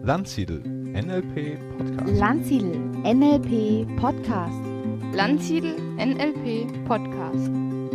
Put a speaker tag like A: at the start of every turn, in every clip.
A: Landsiedel NLP Podcast.
B: Landsiedel NLP Podcast.
C: Landsiedel NLP Podcast.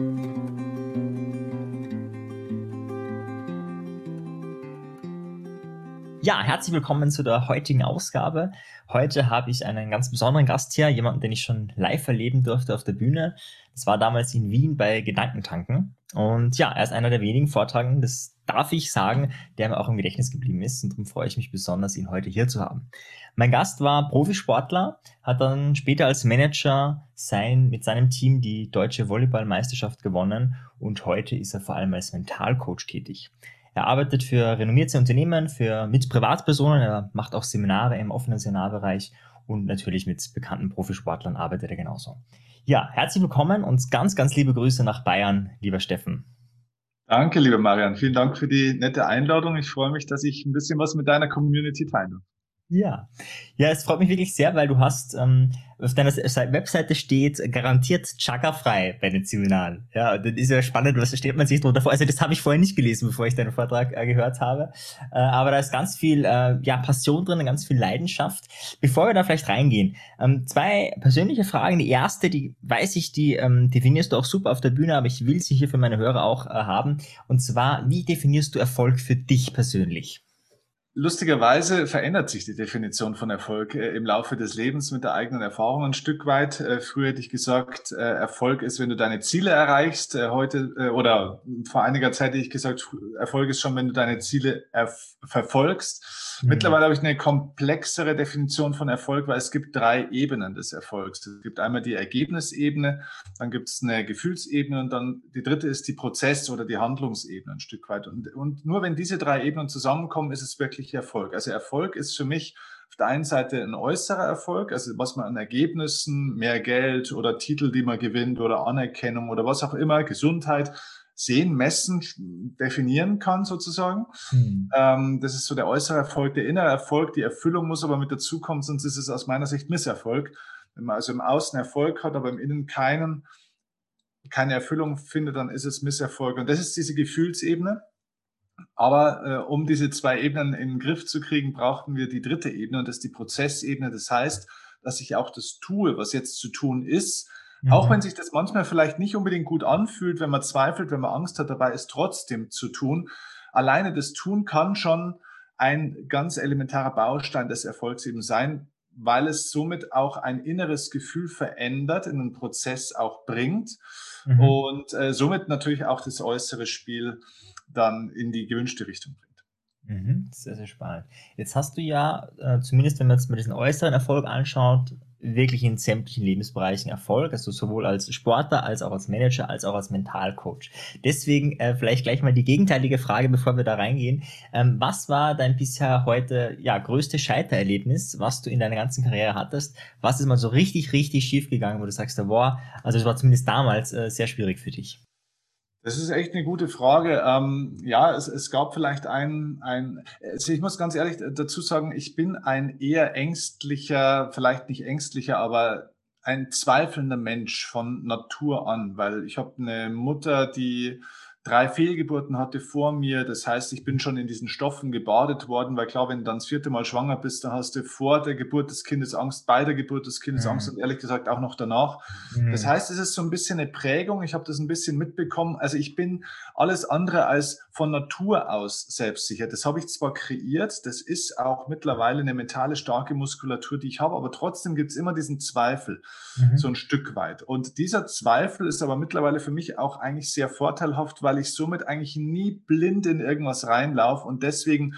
D: Ja, herzlich willkommen zu der heutigen Ausgabe. Heute habe ich einen ganz besonderen Gast hier, jemanden, den ich schon live erleben durfte auf der Bühne. Das war damals in Wien bei Gedankentanken. Und ja, er ist einer der wenigen Vortragenden, das darf ich sagen, der mir auch im Gedächtnis geblieben ist. Und darum freue ich mich besonders, ihn heute hier zu haben. Mein Gast war Profisportler, hat dann später als Manager mit seinem Team die deutsche Volleyballmeisterschaft gewonnen und heute ist er vor allem als Mentalcoach tätig. Er arbeitet für renommierte Unternehmen, mit Privatpersonen, er macht auch Seminare im offenen Seminarbereich und natürlich mit bekannten Profisportlern arbeitet er genauso. Ja, herzlich willkommen und ganz, ganz liebe Grüße nach Bayern, lieber Steffen.
E: Danke, lieber Marian. Vielen Dank für die nette Einladung. Ich freue mich, dass ich ein bisschen was mit deiner Community teilen darf.
D: Ja, es freut mich wirklich sehr, weil du hast, auf deiner Webseite steht, garantiert chakra-frei bei den Seminaren. Ja, das ist ja spannend, was stellt man sich drunter vor? Also das habe ich vorher nicht gelesen, bevor ich deinen Vortrag gehört habe. Aber da ist ganz viel Passion drin, ganz viel Leidenschaft. Bevor wir da vielleicht reingehen, zwei persönliche Fragen. Die erste, die weiß ich, die definierst du auch super auf der Bühne, aber ich will sie hier für meine Hörer auch haben. Und zwar, wie definierst du Erfolg für dich persönlich?
E: Lustigerweise verändert sich die Definition von Erfolg im Laufe des Lebens mit der eigenen Erfahrung ein Stück weit. Früher hätte ich gesagt, Erfolg ist, wenn du deine Ziele erreichst. Heute oder vor einiger Zeit hätte ich gesagt, Erfolg ist schon, wenn du deine Ziele verfolgst. Mittlerweile habe ich eine komplexere Definition von Erfolg, weil es gibt 3 Ebenen des Erfolgs. Es gibt einmal die Ergebnisebene, dann gibt es eine Gefühlsebene und dann die dritte ist die Prozess- oder die Handlungsebene ein Stück weit. Und nur wenn diese 3 Ebenen zusammenkommen, ist es wirklich Erfolg. Also Erfolg ist für mich auf der einen Seite ein äußerer Erfolg, also was man an Ergebnissen, mehr Geld oder Titel, die man gewinnt oder Anerkennung oder was auch immer, Gesundheit, sehen, messen, definieren kann sozusagen. Das ist so der äußere Erfolg. Der innere Erfolg, die Erfüllung muss aber mit dazukommen, sonst ist es aus meiner Sicht Misserfolg. Wenn man also im Außen Erfolg hat, aber im Innen keine Erfüllung findet, dann ist es Misserfolg. Und das ist diese Gefühlsebene. Aber um diese 2 Ebenen in den Griff zu kriegen, brauchten wir die dritte Ebene und das ist die Prozessebene. Das heißt, dass ich auch das tue, was jetzt zu tun ist. Auch wenn sich das manchmal vielleicht nicht unbedingt gut anfühlt, wenn man zweifelt, wenn man Angst hat, dabei ist trotzdem zu tun. Alleine das Tun kann schon ein ganz elementarer Baustein des Erfolgs eben sein, weil es somit auch ein inneres Gefühl verändert, in den Prozess auch bringt und somit natürlich auch das äußere Spiel dann in die gewünschte Richtung bringt.
D: Sehr, sehr spannend. Jetzt hast du ja, zumindest wenn man jetzt mal diesen äußeren Erfolg anschaut, wirklich in sämtlichen Lebensbereichen Erfolg, also sowohl als Sportler, als auch als Manager, als auch als Mentalcoach. Deswegen vielleicht gleich mal die gegenteilige Frage, bevor wir da reingehen. Was war dein bisher heute größtes Scheitererlebnis, was du in deiner ganzen Karriere hattest? Was ist mal so richtig, richtig schief gegangen, wo du sagst, also es war zumindest damals sehr schwierig für dich?
E: Das ist echt eine gute Frage. Es gab vielleicht also ich muss ganz ehrlich dazu sagen, ich bin ein eher ängstlicher, vielleicht nicht ängstlicher, aber ein zweifelnder Mensch von Natur an, weil ich habe eine Mutter, die 3 Fehlgeburten hatte vor mir. Das heißt, ich bin schon in diesen Stoffen gebadet worden, weil klar, wenn du dann das 4. Mal schwanger bist, dann hast du vor der Geburt des Kindes Angst, bei der Geburt des Kindes Angst und ehrlich gesagt auch noch danach. Das heißt, es ist so ein bisschen eine Prägung. Ich habe das ein bisschen mitbekommen. Also ich bin alles andere als von Natur aus selbstsicher. Das habe ich zwar kreiert, das ist auch mittlerweile eine mentale starke Muskulatur, die ich habe, aber trotzdem gibt es immer diesen Zweifel, so ein Stück weit. Und dieser Zweifel ist aber mittlerweile für mich auch eigentlich sehr vorteilhaft, weil ich somit eigentlich nie blind in irgendwas reinlaufe und deswegen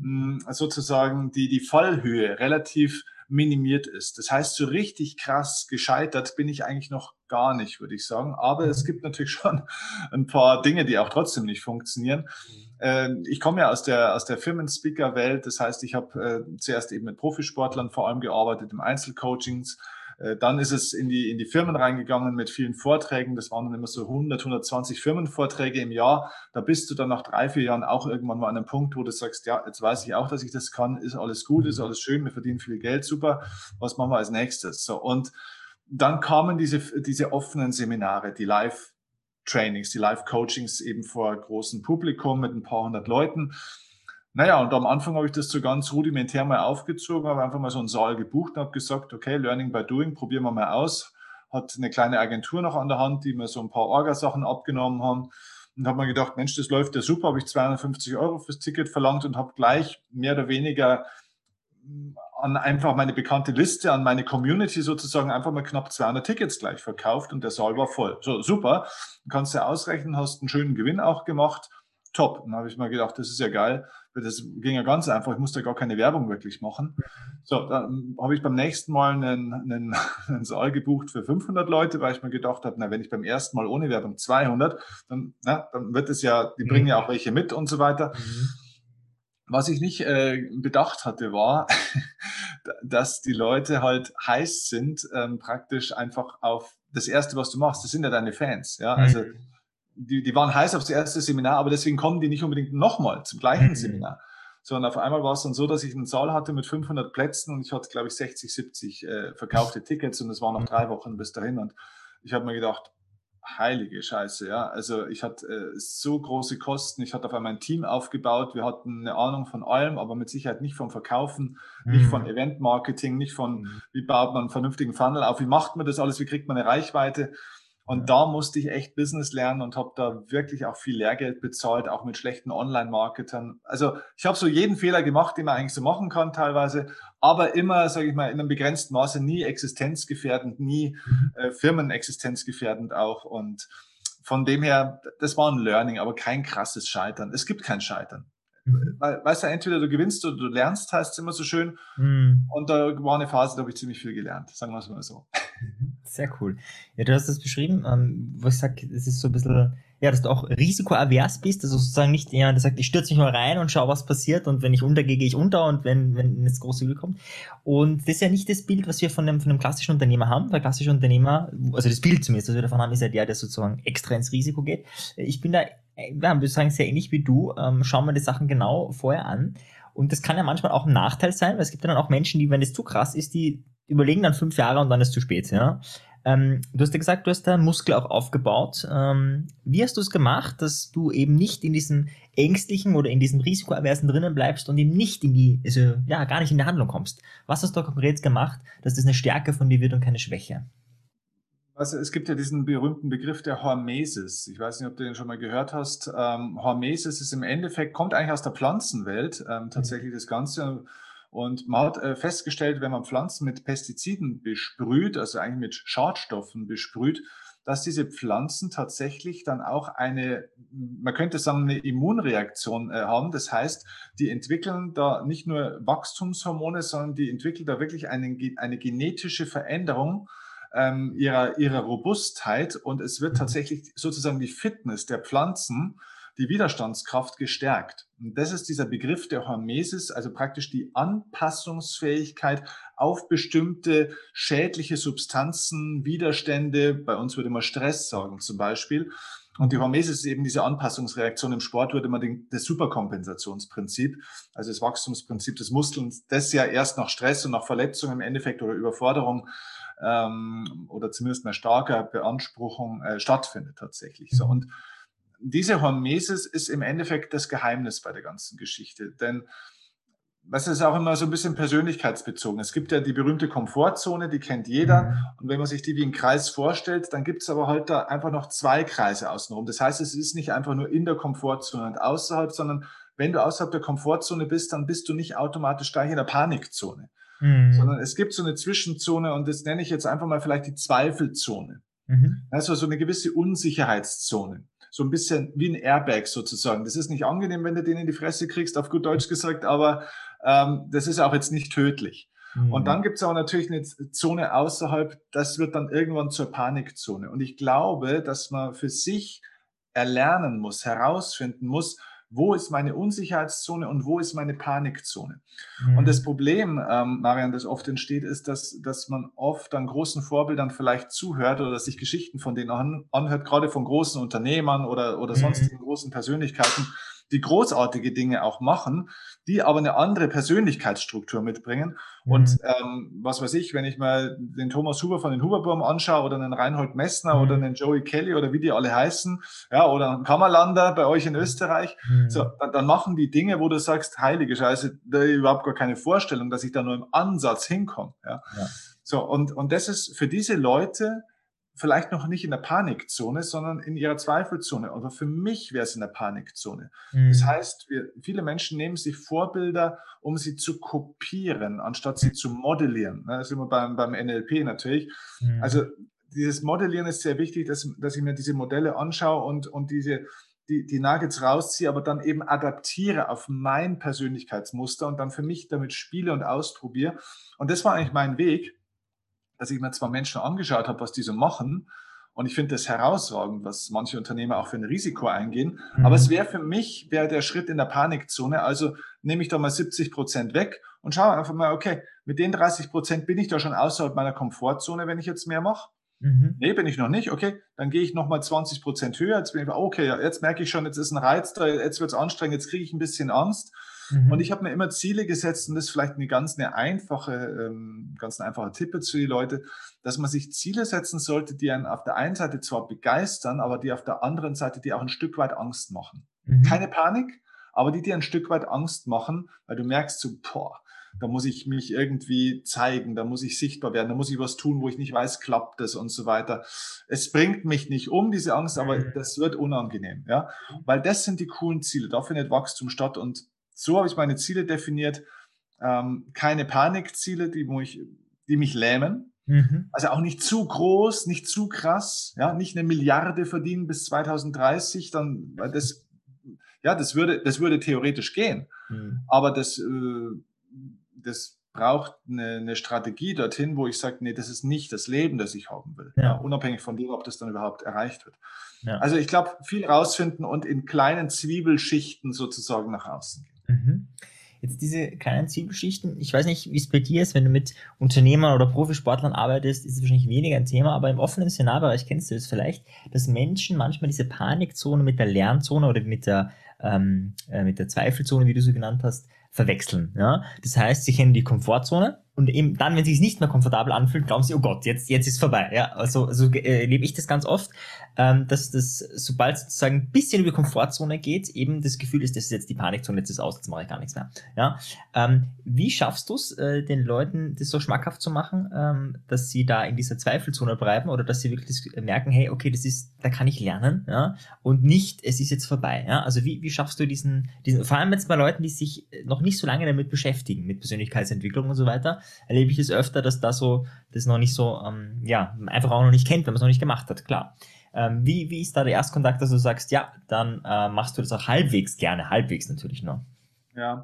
E: sozusagen die Fallhöhe relativ minimiert ist. Das heißt, so richtig krass gescheitert bin ich eigentlich noch gar nicht, würde ich sagen. Aber es gibt natürlich schon ein paar Dinge, die auch trotzdem nicht funktionieren. Ich komme ja aus der Firmenspeaker-Welt. Das heißt, ich habe zuerst eben mit Profisportlern vor allem gearbeitet, im Einzelcoachings. Dann ist es in die Firmen reingegangen mit vielen Vorträgen. Das waren dann immer so 120 Firmenvorträge im Jahr. Da bist du dann nach 3, 4 Jahren auch irgendwann mal an einem Punkt, wo du sagst, ja, jetzt weiß ich auch, dass ich das kann. Ist alles gut, ist alles schön, wir verdienen viel Geld, super. Was machen wir als nächstes? So, und dann kamen diese offenen Seminare, die Live-Trainings, die Live-Coachings eben vor großem Publikum mit ein paar hundert Leuten. Naja, und am Anfang habe ich das so ganz rudimentär mal aufgezogen, habe einfach mal so einen Saal gebucht und habe gesagt, okay, Learning by Doing, probieren wir mal aus. Hat eine kleine Agentur noch an der Hand, die mir so ein paar Orga-Sachen abgenommen haben. Und habe mir gedacht, Mensch, das läuft ja super, habe ich 250 € fürs Ticket verlangt und habe gleich mehr oder weniger an einfach meine bekannte Liste, an meine Community sozusagen einfach mal knapp 200 Tickets gleich verkauft und der Saal war voll. So, super, kannst du ausrechnen, hast einen schönen Gewinn auch gemacht. Top. Dann habe ich mir gedacht, das ist ja geil, weil das ging ja ganz einfach, ich musste gar keine Werbung wirklich machen. So, dann habe ich beim nächsten Mal einen Saal gebucht für 500 Leute, weil ich mir gedacht habe, na, wenn ich beim ersten Mal ohne Werbung 200, dann wird es ja, die bringen ja auch welche mit und so weiter. Was ich nicht bedacht hatte, war, dass die Leute halt heiß sind, praktisch einfach auf das Erste, was du machst. Das sind ja deine Fans. Ja? Also die waren heiß aufs erste Seminar, aber deswegen kommen die nicht unbedingt nochmal zum gleichen Seminar. Sondern auf einmal war es dann so, dass ich einen Saal hatte mit 500 Plätzen und ich hatte, glaube ich, 60, 70 verkaufte Tickets und es waren noch 3 Wochen bis dahin. Und ich habe mir gedacht, heilige Scheiße, ja. Also ich hatte so große Kosten, ich hatte auf einmal ein Team aufgebaut, wir hatten eine Ahnung von allem, aber mit Sicherheit nicht vom Verkaufen, nicht von Event-Marketing, nicht von, wie baut man einen vernünftigen Funnel auf, wie macht man das alles, wie kriegt man eine Reichweite. Und da musste ich echt Business lernen und habe da wirklich auch viel Lehrgeld bezahlt, auch mit schlechten Online-Marketern. Also ich habe so jeden Fehler gemacht, den man eigentlich so machen kann teilweise, aber immer, sage ich mal, in einem begrenzten Maße, nie existenzgefährdend, nie firmenexistenzgefährdend auch. Und von dem her, das war ein Learning, aber kein krasses Scheitern. Es gibt kein Scheitern. Weißt du, entweder du gewinnst oder du lernst, heißt es immer so schön. Und da war eine Phase, da habe ich ziemlich viel gelernt, sagen wir es mal so.
D: Sehr cool. Ja, du hast das beschrieben, wo ich sage, es ist so ein bisschen, ja, dass du auch risikoavers bist, also sozusagen nicht jemand, der sagt, ich stürze mich mal rein und schau, was passiert und wenn ich untergehe, gehe ich unter und wenn das große Glück kommt. Und das ist ja nicht das Bild, was wir von einem klassischen Unternehmer haben. Der klassische Unternehmer, also das Bild zumindest, was wir davon haben, ist ja der sozusagen extra ins Risiko geht. Ich bin da, ja, würde sagen, sehr ähnlich wie du, schauen wir die Sachen genau vorher an. Und das kann ja manchmal auch ein Nachteil sein, weil es gibt ja dann auch Menschen, die, wenn es zu krass ist, die überlegen dann 5 Jahre und dann ist es zu spät, ja. Du hast ja gesagt, du hast da einen Muskel auch aufgebaut. Wie hast du es gemacht, dass du eben nicht in diesem ängstlichen oder in diesem Risikoaversen drinnen bleibst und eben nicht in die, also ja, gar nicht in die Handlung kommst? Was hast du konkret gemacht, dass das eine Stärke von dir wird und keine Schwäche?
E: Also es gibt ja diesen berühmten Begriff der Hormesis. Ich weiß nicht, ob du den schon mal gehört hast. Hormesis ist im Endeffekt, kommt eigentlich aus der Pflanzenwelt, tatsächlich das Ganze. Und man hat festgestellt, wenn man Pflanzen mit Pestiziden besprüht, also eigentlich mit Schadstoffen besprüht, dass diese Pflanzen tatsächlich dann auch eine, man könnte sagen, eine Immunreaktion haben. Das heißt, die entwickeln da nicht nur Wachstumshormone, sondern die entwickeln da wirklich eine genetische Veränderung ihrer Robustheit und es wird tatsächlich sozusagen die Fitness der Pflanzen, die Widerstandskraft gestärkt. Und das ist dieser Begriff der Hormesis, also praktisch die Anpassungsfähigkeit auf bestimmte schädliche Substanzen, Widerstände, bei uns würde man Stress sagen zum Beispiel. Und die Hormesis ist eben diese Anpassungsreaktion. Im Sport würde man das Superkompensationsprinzip, also das Wachstumsprinzip des Muskels, das ja erst nach Stress und nach Verletzung im Endeffekt oder Überforderung oder zumindest einer starker Beanspruchung stattfindet tatsächlich. So. Und diese Hormesis ist im Endeffekt das Geheimnis bei der ganzen Geschichte, denn das ist auch immer so ein bisschen persönlichkeitsbezogen. Es gibt ja die berühmte Komfortzone, die kennt jeder. Und wenn man sich die wie einen Kreis vorstellt, dann gibt es aber halt da einfach noch 2 Kreise außenrum. Das heißt, es ist nicht einfach nur in der Komfortzone und außerhalb, sondern wenn du außerhalb der Komfortzone bist, dann bist du nicht automatisch gleich in der Panikzone. Sondern es gibt so eine Zwischenzone und das nenne ich jetzt einfach mal vielleicht die Zweifelzone. Also so eine gewisse Unsicherheitszone. So ein bisschen wie ein Airbag sozusagen. Das ist nicht angenehm, wenn du den in die Fresse kriegst, auf gut Deutsch gesagt, aber das ist auch jetzt nicht tödlich. Und dann gibt es auch natürlich eine Zone außerhalb, das wird dann irgendwann zur Panikzone. Und ich glaube, dass man für sich erlernen muss, herausfinden muss, wo ist meine Unsicherheitszone und wo ist meine Panikzone? Und das Problem, Marian, das oft entsteht, ist, dass man oft an großen Vorbildern vielleicht zuhört oder sich Geschichten von denen anhört, gerade von großen Unternehmern oder sonstigen großen Persönlichkeiten, die großartige Dinge auch machen, die aber eine andere Persönlichkeitsstruktur mitbringen. Und was weiß ich, wenn ich mal den Thomas Huber von den Huberburm anschaue oder einen Reinhold Messner oder einen Joey Kelly oder wie die alle heißen, ja, oder einen Kammerlander bei euch in Österreich, so, dann machen die Dinge, wo du sagst, heilige Scheiße, da habe ich überhaupt gar keine Vorstellung, dass ich da nur im Ansatz hinkomme. Ja. So, und das ist für diese Leute vielleicht noch nicht in der Panikzone, sondern in ihrer Zweifelzone. Aber für mich wäre es in der Panikzone. Das heißt, viele Menschen nehmen sich Vorbilder, um sie zu kopieren, anstatt sie zu modellieren. Das ist immer beim NLP natürlich. Also dieses Modellieren ist sehr wichtig, dass ich mir diese Modelle anschaue und die Nuggets rausziehe, aber dann eben adaptiere auf mein Persönlichkeitsmuster und dann für mich damit spiele und ausprobiere. Und das war eigentlich mein Weg, dass ich mir zwar Menschen angeschaut habe, was die so machen, und ich finde das herausragend, was manche Unternehmer auch für ein Risiko eingehen, aber es wäre für mich, der Schritt in der Panikzone, also nehme ich da mal 70% weg und schaue einfach mal, okay, mit den 30% bin ich da schon außerhalb meiner Komfortzone, wenn ich jetzt mehr mache. Nee, bin ich noch nicht. Okay, dann gehe ich nochmal 20% höher. Jetzt bin ich, okay, jetzt merke ich schon, jetzt ist ein Reiz da, jetzt wird es anstrengend, jetzt kriege ich ein bisschen Angst. Und ich habe mir immer Ziele gesetzt, und das ist vielleicht ein ganz einfacher Tipp für die Leute, dass man sich Ziele setzen sollte, die einen auf der einen Seite zwar begeistern, aber die auf der anderen Seite die auch ein Stück weit Angst machen. Keine Panik, aber die dir ein Stück weit Angst machen, weil du merkst so, da muss ich mich irgendwie zeigen, da muss ich sichtbar werden, da muss ich was tun, wo ich nicht weiß, klappt das und so weiter. Es bringt mich nicht um, diese Angst, aber das wird unangenehm, ja, weil das sind die coolen Ziele, da findet Wachstum statt, und so habe ich meine Ziele definiert, keine Panikziele, die mich lähmen, also auch nicht zu groß, nicht zu krass, ja, nicht 1 Milliarde verdienen bis 2030, dann, weil das würde theoretisch gehen, aber das braucht eine Strategie dorthin, wo ich sage, nee, das ist nicht das Leben, das ich haben will. Ja, unabhängig von dem, ob das dann überhaupt erreicht wird. Ja. Also ich glaube, viel rausfinden und in kleinen Zwiebelschichten sozusagen nach außen gehen.
D: Jetzt diese kleinen Zwiebelschichten, ich weiß nicht, wie es bei dir ist, wenn du mit Unternehmern oder Profisportlern arbeitest, ist es wahrscheinlich weniger ein Thema, aber im offenen Seminarbereich kennst du das vielleicht, dass Menschen manchmal diese Panikzone mit der Lernzone oder mit der Zweifelzone, wie du sie genannt hast, verwechseln. Ja? Das heißt, sie kennen die Komfortzone und eben dann, wenn sie es nicht mehr komfortabel anfühlt, glauben sie, oh Gott, jetzt ist vorbei. Ja? Also erlebe ich das ganz oft, dass das, sobald es sozusagen ein bisschen über die Komfortzone geht, eben das Gefühl ist, das ist jetzt die Panikzone, jetzt ist aus, jetzt mache ich gar nichts mehr. Ja? Wie schaffst du es, den Leuten das so schmackhaft zu machen, dass sie da in dieser Zweifelzone bleiben oder dass sie wirklich merken, hey, okay, da kann ich lernen, ja? Und nicht, es ist jetzt vorbei. Ja? Also wie schaffst du diesen, vor allem jetzt bei Leuten, die sich noch nicht so lange damit beschäftigen, mit Persönlichkeitsentwicklung und so weiter, erlebe ich es öfter, dass das noch nicht so, einfach auch noch nicht kennt, wenn man es noch nicht gemacht hat, klar. Wie ist da der Erstkontakt, dass du sagst, ja, dann machst du das auch halbwegs natürlich noch?
E: Ja,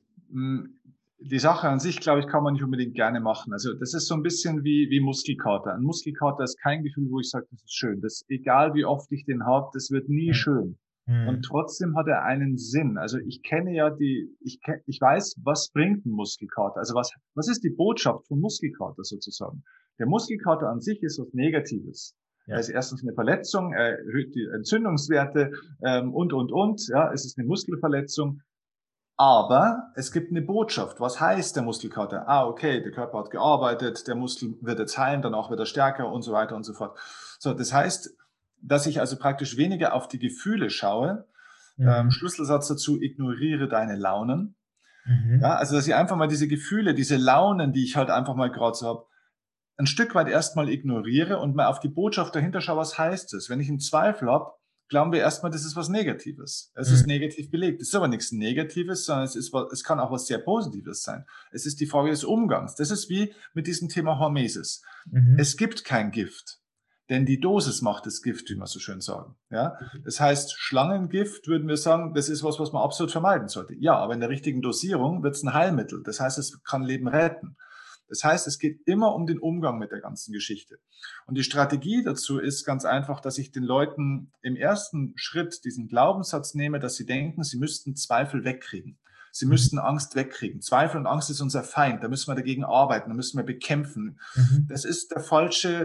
E: die Sache an sich, glaube ich, kann man nicht unbedingt gerne machen. Also das ist so ein bisschen wie Muskelkater. Ein Muskelkater ist kein Gefühl, wo ich sage, das ist schön. Egal wie oft ich den habe, das wird nie schön. Und trotzdem hat er einen Sinn. Also ich kenne ja ich weiß, was bringt ein Muskelkater? Also was ist die Botschaft vom Muskelkater sozusagen? Der Muskelkater an sich ist was Negatives. Ja. Er ist erstens eine Verletzung, er erhöht die Entzündungswerte und. Ja, es ist eine Muskelverletzung. Aber es gibt eine Botschaft. Was heißt der Muskelkater? Okay, der Körper hat gearbeitet, der Muskel wird jetzt heilen, danach wird er stärker und so weiter und so fort. So, das heißt, dass ich also praktisch weniger auf die Gefühle schaue. Schlüsselsatz dazu, ignoriere deine Launen. Ja, also dass ich einfach mal diese Gefühle, diese Launen, die ich halt einfach mal gerade so habe, ein Stück weit erstmal ignoriere und mal auf die Botschaft dahinter schaue, was heißt es? Wenn ich einen Zweifel habe, glauben wir erstmal, das ist was Negatives. Es ist negativ belegt. Es ist aber nichts Negatives, sondern es kann auch was sehr Positives sein. Es ist die Frage des Umgangs. Das ist wie mit diesem Thema Hormesis. Es gibt kein Gift. Denn die Dosis macht das Gift, wie wir so schön sagen. Ja? Das heißt, Schlangengift würden wir sagen, das ist was man absolut vermeiden sollte. Ja, aber in der richtigen Dosierung wird es ein Heilmittel. Das heißt, es kann Leben retten. Das heißt, es geht immer um den Umgang mit der ganzen Geschichte. Und die Strategie dazu ist ganz einfach, dass ich den Leuten im ersten Schritt diesen Glaubenssatz nehme, dass sie denken, sie müssten Zweifel wegkriegen. Sie müssten Angst wegkriegen. Zweifel und Angst ist unser Feind. Da müssen wir dagegen arbeiten, da müssen wir bekämpfen. Das ist der falsche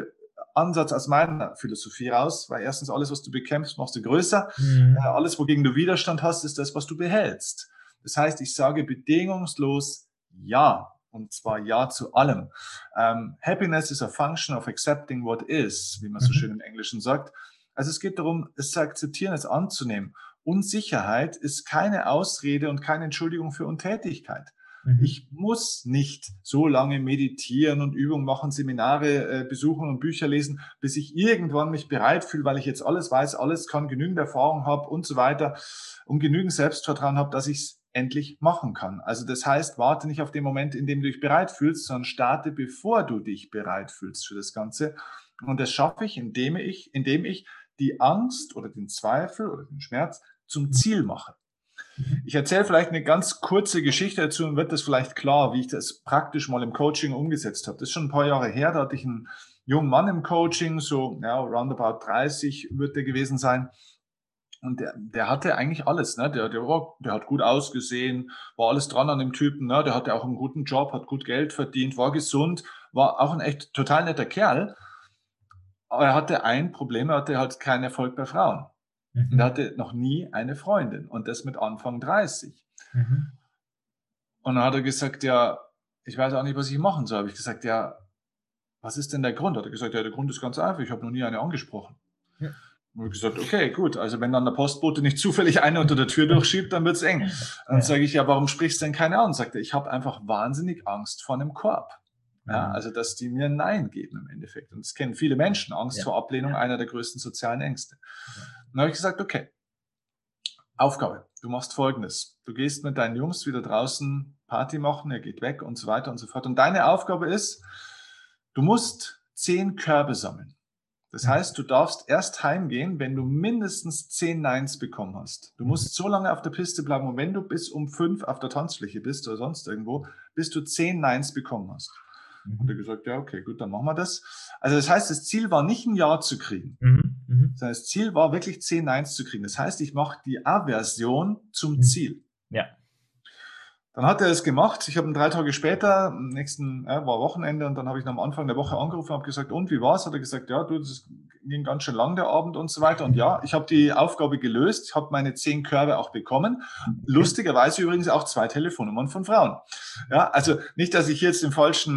E: Ansatz aus meiner Philosophie raus, weil erstens alles, was du bekämpfst, machst du größer. Alles, wogegen du Widerstand hast, ist das, was du behältst. Das heißt, ich sage bedingungslos Ja. Und zwar Ja zu allem. Happiness is a function of accepting what is, wie man so schön im Englischen sagt. Also es geht darum, es zu akzeptieren, es anzunehmen. Unsicherheit ist keine Ausrede und keine Entschuldigung für Untätigkeit. Ich muss nicht so lange meditieren und Übungen machen, Seminare besuchen und Bücher lesen, bis ich irgendwann mich bereit fühle, weil ich jetzt alles weiß, alles kann, genügend Erfahrung habe und so weiter und genügend Selbstvertrauen habe, dass ich es endlich machen kann. Also das heißt, warte nicht auf den Moment, in dem du dich bereit fühlst, sondern starte, bevor du dich bereit fühlst für das Ganze. Und das schaffe ich, indem ich die Angst oder den Zweifel oder den Schmerz zum Ziel mache. Ich erzähle vielleicht eine ganz kurze Geschichte dazu und wird das vielleicht klar, wie ich das praktisch mal im Coaching umgesetzt habe. Das ist schon ein paar Jahre her, da hatte ich einen jungen Mann im Coaching, so roundabout 30 wird der gewesen sein. Und der hatte eigentlich alles, ne? Der hat gut ausgesehen, war alles dran an dem Typen, ne? Der hatte auch einen guten Job, hat gut Geld verdient, war gesund, war auch ein echt total netter Kerl. Aber er hatte ein Problem, er hatte halt keinen Erfolg bei Frauen. Und er hatte noch nie eine Freundin und das mit Anfang 30. Und dann hat er gesagt, ja, ich weiß auch nicht, was ich machen soll. Habe ich gesagt, ja, was ist denn der Grund? Hat er gesagt, ja, der Grund ist ganz einfach, ich habe noch nie eine angesprochen. Ja. Und ich gesagt, okay, gut, also wenn dann der Postbote nicht zufällig eine unter der Tür durchschiebt, dann wird's eng. Dann sage ich, ja, warum sprichst du denn keine an? Sagt er, ich habe einfach wahnsinnig Angst vor einem Korb. Ja, also dass die mir Nein geben im Endeffekt. Und das kennen viele Menschen, Angst vor Ablehnung, einer der größten sozialen Ängste. Dann habe ich gesagt, okay, Aufgabe, du machst Folgendes. Du gehst mit deinen Jungs wieder draußen Party machen, er geht weg und so weiter und so fort. Und deine Aufgabe ist, du musst 10 Körbe sammeln. Das heißt, du darfst erst heimgehen, wenn du mindestens 10 Neins bekommen hast. Du musst so lange auf der Piste bleiben und wenn du bis um 5 auf der Tanzfläche bist oder sonst irgendwo, bis du 10 Neins bekommen hast. Und er gesagt, ja, okay, gut, dann machen wir das. Also das heißt, das Ziel war nicht ein Ja zu kriegen. Sondern das Ziel war wirklich 10 Neins zu kriegen. Das heißt, ich mache die Aversion zum Ziel. Ja. Dann hat er es gemacht. Ich habe ihn 3 Tage später, am nächsten war Wochenende, und dann habe ich ihn am Anfang der Woche angerufen und habe gesagt, und wie war's? Hat er gesagt, ja, du, das ging ganz schön lang, der Abend und so weiter. Und ja, ich habe die Aufgabe gelöst. Ich habe meine 10 Körbe auch bekommen. Lustigerweise übrigens auch 2 Telefonnummern von Frauen. Ja, also nicht, dass ich jetzt das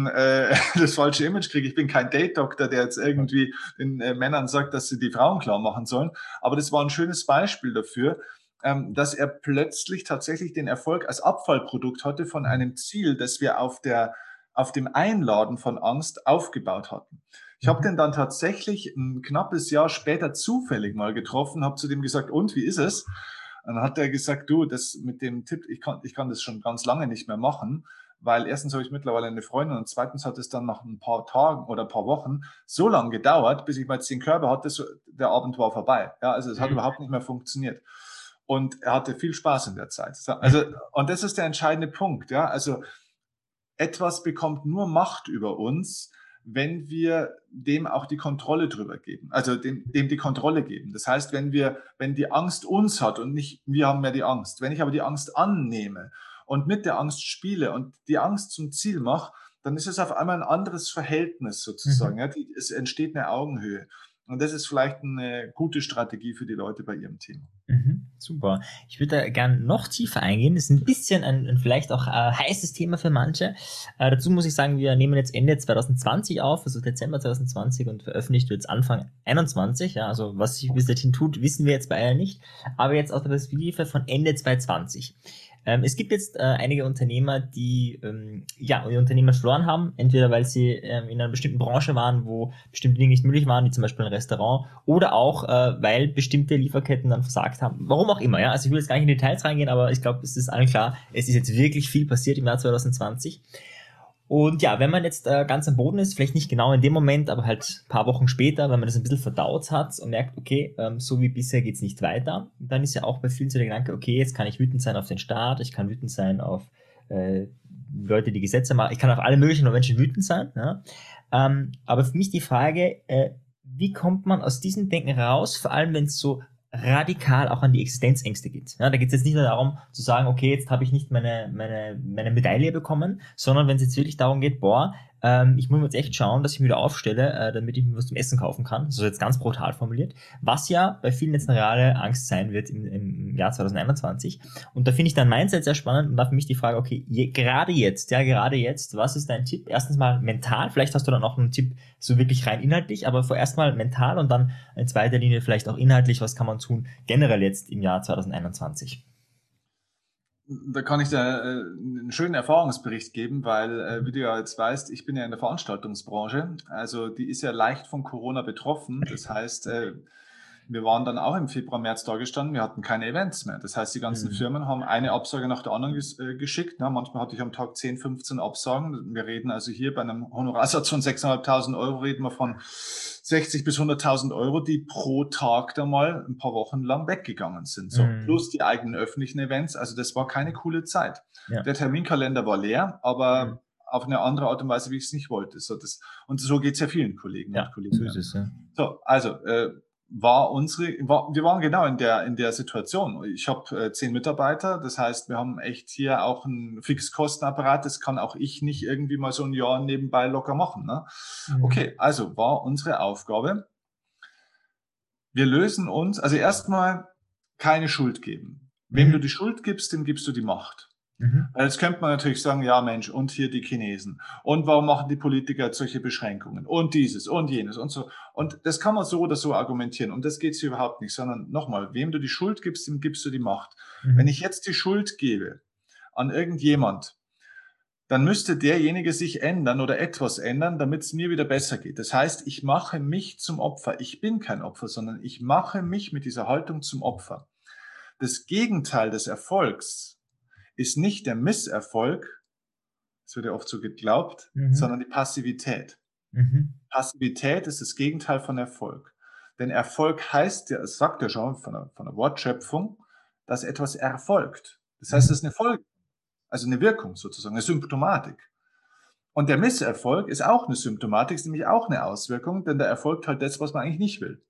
E: falsche Image kriege. Ich bin kein Date-Doktor, der jetzt irgendwie den Männern sagt, dass sie die Frauen klar machen sollen. Aber das war ein schönes Beispiel dafür, dass er plötzlich tatsächlich den Erfolg als Abfallprodukt hatte von einem Ziel, das wir auf dem Einladen von Angst aufgebaut hatten. Ich habe den dann tatsächlich ein knappes Jahr später zufällig mal getroffen, habe zu dem gesagt, und wie ist es? Und dann hat er gesagt, du, das mit dem Tipp, ich kann das schon ganz lange nicht mehr machen, weil erstens habe ich mittlerweile eine Freundin und zweitens hat es dann nach ein paar Tagen oder ein paar Wochen so lange gedauert, bis ich mal 10 Körbe hatte, der Abend war vorbei. Ja, also es hat überhaupt nicht mehr funktioniert. Und er hatte viel Spaß in der Zeit. Also, und das ist der entscheidende Punkt. Ja? Also etwas bekommt nur Macht über uns, wenn wir dem auch die Kontrolle drüber geben. Also dem die Kontrolle geben. Das heißt, wenn die Angst uns hat und nicht wir haben mehr die Angst. Wenn ich aber die Angst annehme und mit der Angst spiele und die Angst zum Ziel mache, dann ist es auf einmal ein anderes Verhältnis sozusagen. Ja? Es entsteht eine Augenhöhe. Und das ist vielleicht eine gute Strategie für die Leute bei ihrem Thema.
D: Super. Ich würde da gerne noch tiefer eingehen. Das ist ein bisschen ein vielleicht auch heißes Thema für manche. Dazu muss ich sagen, wir nehmen jetzt Ende 2020 auf, also Dezember 2020, und veröffentlicht wird es Anfang 21. Ja, also was sich bis dahin tut, wissen wir jetzt bei allen nicht. Aber jetzt aus der Perspektive von Ende 2020. Es gibt jetzt einige Unternehmer, die ihr Unternehmen verloren haben, entweder weil sie in einer bestimmten Branche waren, wo bestimmte Dinge nicht möglich waren, wie zum Beispiel ein Restaurant, oder auch weil bestimmte Lieferketten dann versagt haben. Warum auch immer, ja. Also ich will jetzt gar nicht in Details reingehen, aber ich glaube, es ist allen klar, es ist jetzt wirklich viel passiert im Jahr 2020. Und ja, wenn man jetzt ganz am Boden ist, vielleicht nicht genau in dem Moment, aber halt ein paar Wochen später, wenn man das ein bisschen verdaut hat und merkt, okay, so wie bisher geht's nicht weiter, dann ist ja auch bei vielen so der Gedanke, okay, jetzt kann ich wütend sein auf den Staat, ich kann wütend sein auf Leute, die Gesetze machen, ich kann auf alle möglichen Menschen wütend sein. Ja? Aber für mich die Frage, wie kommt man aus diesem Denken raus, vor allem wenn es so radikal auch an die Existenzängste geht. Ja, da geht es jetzt nicht nur darum zu sagen, okay, jetzt habe ich nicht meine Medaille bekommen, sondern wenn es jetzt wirklich darum geht, ich muss jetzt echt schauen, dass ich mich wieder aufstelle, damit ich mir was zum Essen kaufen kann. Das ist jetzt ganz brutal formuliert. Was ja bei vielen jetzt eine reale Angst sein wird im Jahr 2021. Und da finde ich dein Mindset sehr spannend und da für mich die Frage, okay, gerade jetzt, was ist dein Tipp? Erstens mal mental, vielleicht hast du dann noch einen Tipp so wirklich rein inhaltlich, aber vorerst mal mental und dann in zweiter Linie vielleicht auch inhaltlich, was kann man tun, generell jetzt im Jahr 2021?
E: Da kann ich dir einen schönen Erfahrungsbericht geben, weil, wie du ja jetzt weißt, ich bin ja in der Veranstaltungsbranche. Also die ist ja leicht von Corona betroffen. Das heißt, wir waren dann auch im Februar, März da gestanden, wir hatten keine Events mehr. Das heißt, die ganzen Firmen haben eine Absage nach der anderen geschickt. Na, manchmal hatte ich am Tag 10, 15 Absagen. Wir reden also hier bei einem Honorarsatz von 6.500 Euro, reden wir von 60 bis 100.000 Euro, die pro Tag da mal ein paar Wochen lang weggegangen sind. So, plus die eigenen öffentlichen Events. Also das war keine coole Zeit.
D: Ja.
E: Der Terminkalender war leer, aber auf eine andere Art und Weise, wie ich es nicht wollte. So, und so geht es ja vielen Kollegen und Kollegen.
D: So ist es, ja.
E: So, also wir waren genau in der Situation. Ich habe 10 Mitarbeiter, das heißt, wir haben echt hier auch einen Fixkostenapparat, das kann auch ich nicht irgendwie mal so ein Jahr nebenbei locker machen. Ne? Okay, also war unsere Aufgabe, wir lösen uns, also erstmal keine Schuld geben. Wem du die Schuld gibst, dem gibst du die Macht. Weil jetzt könnte man natürlich sagen, ja Mensch, und hier die Chinesen. Und warum machen die Politiker jetzt solche Beschränkungen? Und dieses und jenes und so. Und das kann man so oder so argumentieren. Und das geht hier überhaupt nicht. Sondern nochmal, wem du die Schuld gibst, dem gibst du die Macht. Wenn ich jetzt die Schuld gebe an irgendjemand, dann müsste derjenige sich ändern oder etwas ändern, damit es mir wieder besser geht. Das heißt, ich mache mich zum Opfer. Ich bin kein Opfer, sondern ich mache mich mit dieser Haltung zum Opfer. Das Gegenteil des Erfolgs ist nicht der Misserfolg, das wird ja oft so geglaubt, sondern die Passivität. Passivität ist das Gegenteil von Erfolg. Denn Erfolg heißt ja, es sagt ja schon von der Wortschöpfung, dass etwas erfolgt. Das heißt, es ist eine Folge, also eine Wirkung sozusagen, eine Symptomatik. Und der Misserfolg ist auch eine Symptomatik, ist nämlich auch eine Auswirkung, denn da erfolgt halt das, was man eigentlich nicht will.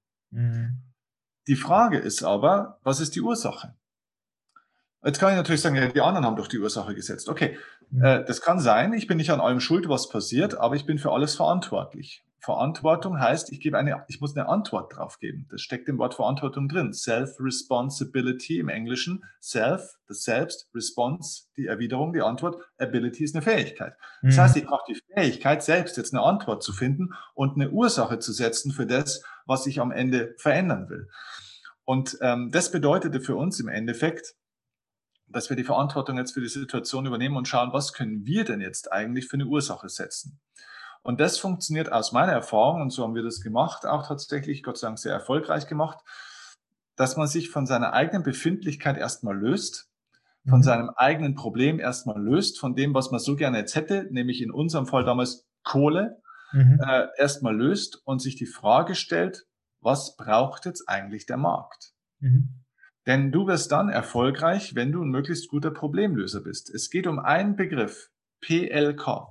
E: Die Frage ist aber, was ist die Ursache? Jetzt kann ich natürlich sagen, ja, die anderen haben doch die Ursache gesetzt. Okay, das kann sein, ich bin nicht an allem schuld, was passiert, aber ich bin für alles verantwortlich. Verantwortung heißt, ich muss eine Antwort drauf geben. Das steckt im Wort Verantwortung drin. Self-Responsibility im Englischen. Self, das Selbst, Response, die Erwiderung, die Antwort. Ability ist eine Fähigkeit. Das heißt, ich brauche die Fähigkeit, selbst jetzt eine Antwort zu finden und eine Ursache zu setzen für das, was ich am Ende verändern will. Und das bedeutete für uns im Endeffekt, dass wir die Verantwortung jetzt für die Situation übernehmen und schauen, was können wir denn jetzt eigentlich für eine Ursache setzen. Und das funktioniert aus meiner Erfahrung, und so haben wir das gemacht, auch tatsächlich, Gott sei Dank sehr erfolgreich gemacht, dass man sich von seiner eigenen Befindlichkeit erstmal löst, von seinem eigenen Problem erstmal löst, von dem, was man so gerne jetzt hätte, nämlich in unserem Fall damals Kohle, erstmal löst und sich die Frage stellt, was braucht jetzt eigentlich der Markt? Denn du wirst dann erfolgreich, wenn du ein möglichst guter Problemlöser bist. Es geht um einen Begriff, PLK,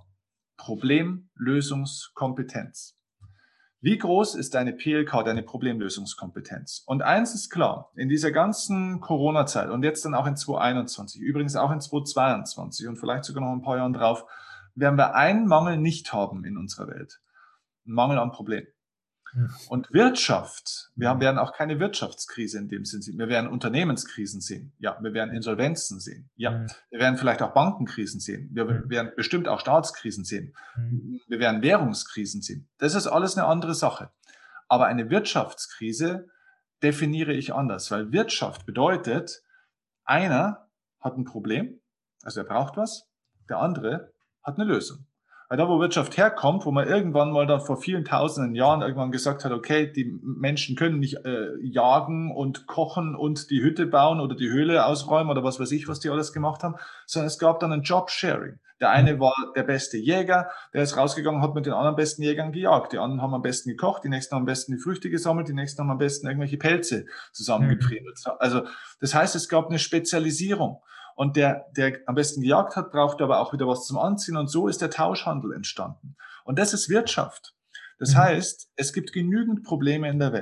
E: Problemlösungskompetenz. Wie groß ist deine PLK, deine Problemlösungskompetenz? Und eins ist klar, in dieser ganzen Corona-Zeit und jetzt dann auch in 2021, übrigens auch in 2022 und vielleicht sogar noch ein paar Jahren drauf, werden wir einen Mangel nicht haben in unserer Welt. Einen Mangel an Problemen. Und Wirtschaft, wir werden auch keine Wirtschaftskrise in dem Sinn sehen. Wir werden Unternehmenskrisen sehen. Ja, wir werden Insolvenzen sehen. Ja, wir werden vielleicht auch Bankenkrisen sehen. Wir werden bestimmt auch Staatskrisen sehen. Wir werden Währungskrisen sehen. Das ist alles eine andere Sache. Aber eine Wirtschaftskrise definiere ich anders, weil Wirtschaft bedeutet, einer hat ein Problem, also er braucht was, der andere hat eine Lösung. Weil da, wo Wirtschaft herkommt, wo man irgendwann mal dann vor vielen tausenden Jahren irgendwann gesagt hat, okay, die Menschen können nicht jagen und kochen und die Hütte bauen oder die Höhle ausräumen oder was weiß ich, was die alles gemacht haben, sondern es gab dann ein Job-Sharing. Der eine war der beste Jäger, der ist rausgegangen, hat mit den anderen besten Jägern gejagt. Die anderen haben am besten gekocht, die nächsten haben am besten die Früchte gesammelt, die nächsten haben am besten irgendwelche Pelze zusammengepfriemelt. Also das heißt, es gab eine Spezialisierung. Und der am besten gejagt hat, braucht aber auch wieder was zum Anziehen. Und so ist der Tauschhandel entstanden. Und das ist Wirtschaft. Das heißt, es gibt genügend Probleme in der Welt.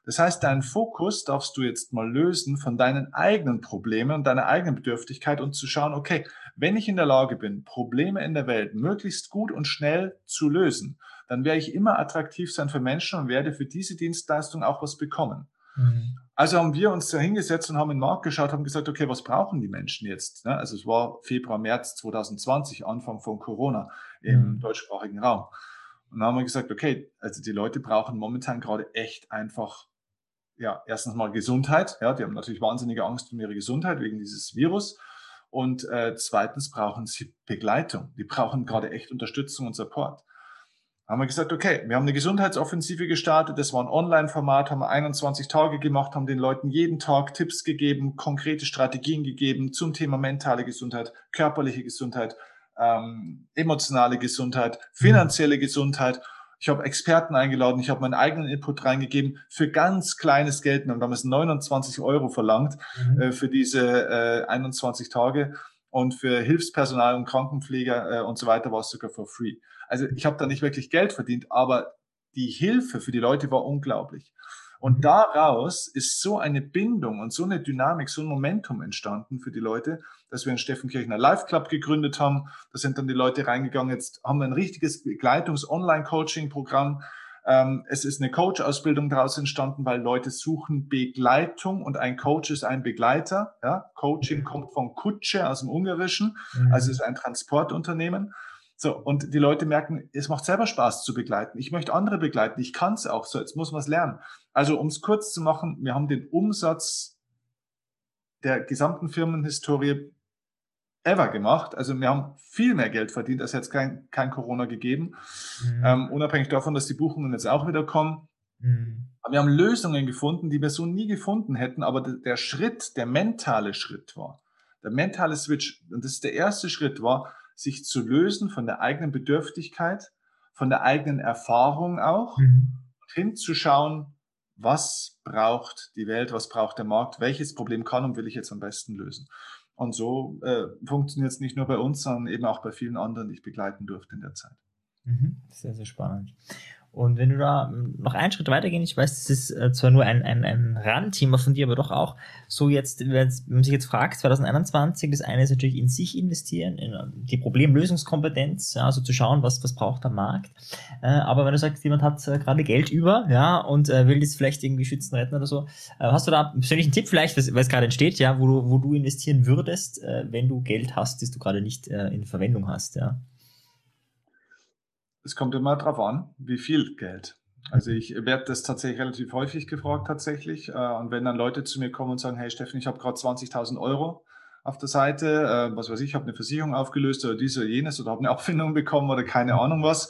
E: Das heißt, deinen Fokus darfst du jetzt mal lösen von deinen eigenen Problemen und deiner eigenen Bedürftigkeit und zu schauen, okay, wenn ich in der Lage bin, Probleme in der Welt möglichst gut und schnell zu lösen, dann werde ich immer attraktiv sein für Menschen und werde für diese Dienstleistung auch was bekommen. Also haben wir uns da hingesetzt und haben in den Markt geschaut, haben gesagt, okay, was brauchen die Menschen jetzt? Also es war Februar, März 2020, Anfang von Corona im deutschsprachigen Raum. Und dann haben wir gesagt, okay, also die Leute brauchen momentan gerade echt einfach, ja, erstens mal Gesundheit. Ja, die haben natürlich wahnsinnige Angst um ihre Gesundheit wegen dieses Virus. Und zweitens brauchen sie Begleitung. Die brauchen gerade echt Unterstützung und Support. Haben wir gesagt, okay, wir haben eine Gesundheitsoffensive gestartet, das war ein Online-Format, haben wir 21 Tage gemacht, haben den Leuten jeden Tag Tipps gegeben, konkrete Strategien gegeben zum Thema mentale Gesundheit, körperliche Gesundheit, emotionale Gesundheit, finanzielle Gesundheit. Ich habe Experten eingeladen, ich habe meinen eigenen Input reingegeben für ganz kleines Geld. Wir haben damals 29 € verlangt für diese 21 Tage und für Hilfspersonal und Krankenpfleger und so weiter war es sogar for free. Also ich habe da nicht wirklich Geld verdient, aber die Hilfe für die Leute war unglaublich. Und daraus ist so eine Bindung und so eine Dynamik, so ein Momentum entstanden für die Leute, dass wir einen Steffen Kirchner Live Club gegründet haben. Da sind dann die Leute reingegangen. Jetzt haben wir ein richtiges Begleitungs-Online-Coaching-Programm. Es ist eine Coach-Ausbildung daraus entstanden, weil Leute suchen Begleitung und ein Coach ist ein Begleiter. Ja? Coaching kommt von Kutsche aus dem Ungarischen, also es ist ein Transportunternehmen. So, und die Leute merken, es macht selber Spaß zu begleiten. Ich möchte andere begleiten. Ich kann es auch. So, jetzt muss man es lernen. Also, um es kurz zu machen, wir haben den Umsatz der gesamten Firmenhistorie ever gemacht. Also, wir haben viel mehr Geld verdient, als jetzt kein Corona gegeben. Unabhängig davon, dass die Buchungen jetzt auch wieder kommen. Aber wir haben Lösungen gefunden, die wir so nie gefunden hätten. Aber der Schritt, der mentale Schritt war, der mentale Switch, und das ist der erste Schritt war, sich zu lösen von der eigenen Bedürftigkeit, von der eigenen Erfahrung auch, hinzuschauen, was braucht die Welt, was braucht der Markt, welches Problem kann und will ich jetzt am besten lösen. Und so funktioniert es nicht nur bei uns, sondern eben auch bei vielen anderen, die ich begleiten durfte in der Zeit.
D: Sehr, sehr spannend. Und wenn du da noch einen Schritt weitergehen, ich weiß, das ist zwar nur ein Randthema von dir, aber doch auch so jetzt, wenn man sich jetzt fragt, 2021, das eine ist natürlich in sich investieren, in die Problemlösungskompetenz, ja, also zu schauen, was braucht der Markt. Aber wenn du sagst, jemand hat gerade Geld über, ja, und will das vielleicht irgendwie schützen, retten oder so, hast du da einen persönlichen Tipp vielleicht, weil es gerade entsteht, ja, wo du investieren würdest, wenn du Geld hast, das du gerade nicht in Verwendung hast, ja?
E: Es kommt immer darauf an, wie viel Geld. Also ich werde das tatsächlich relativ häufig gefragt tatsächlich. Und wenn dann Leute zu mir kommen und sagen, hey Steffen, ich habe gerade 20.000 € auf der Seite, was weiß ich habe eine Versicherung aufgelöst oder dies oder jenes oder habe eine Abfindung bekommen oder keine Ahnung was.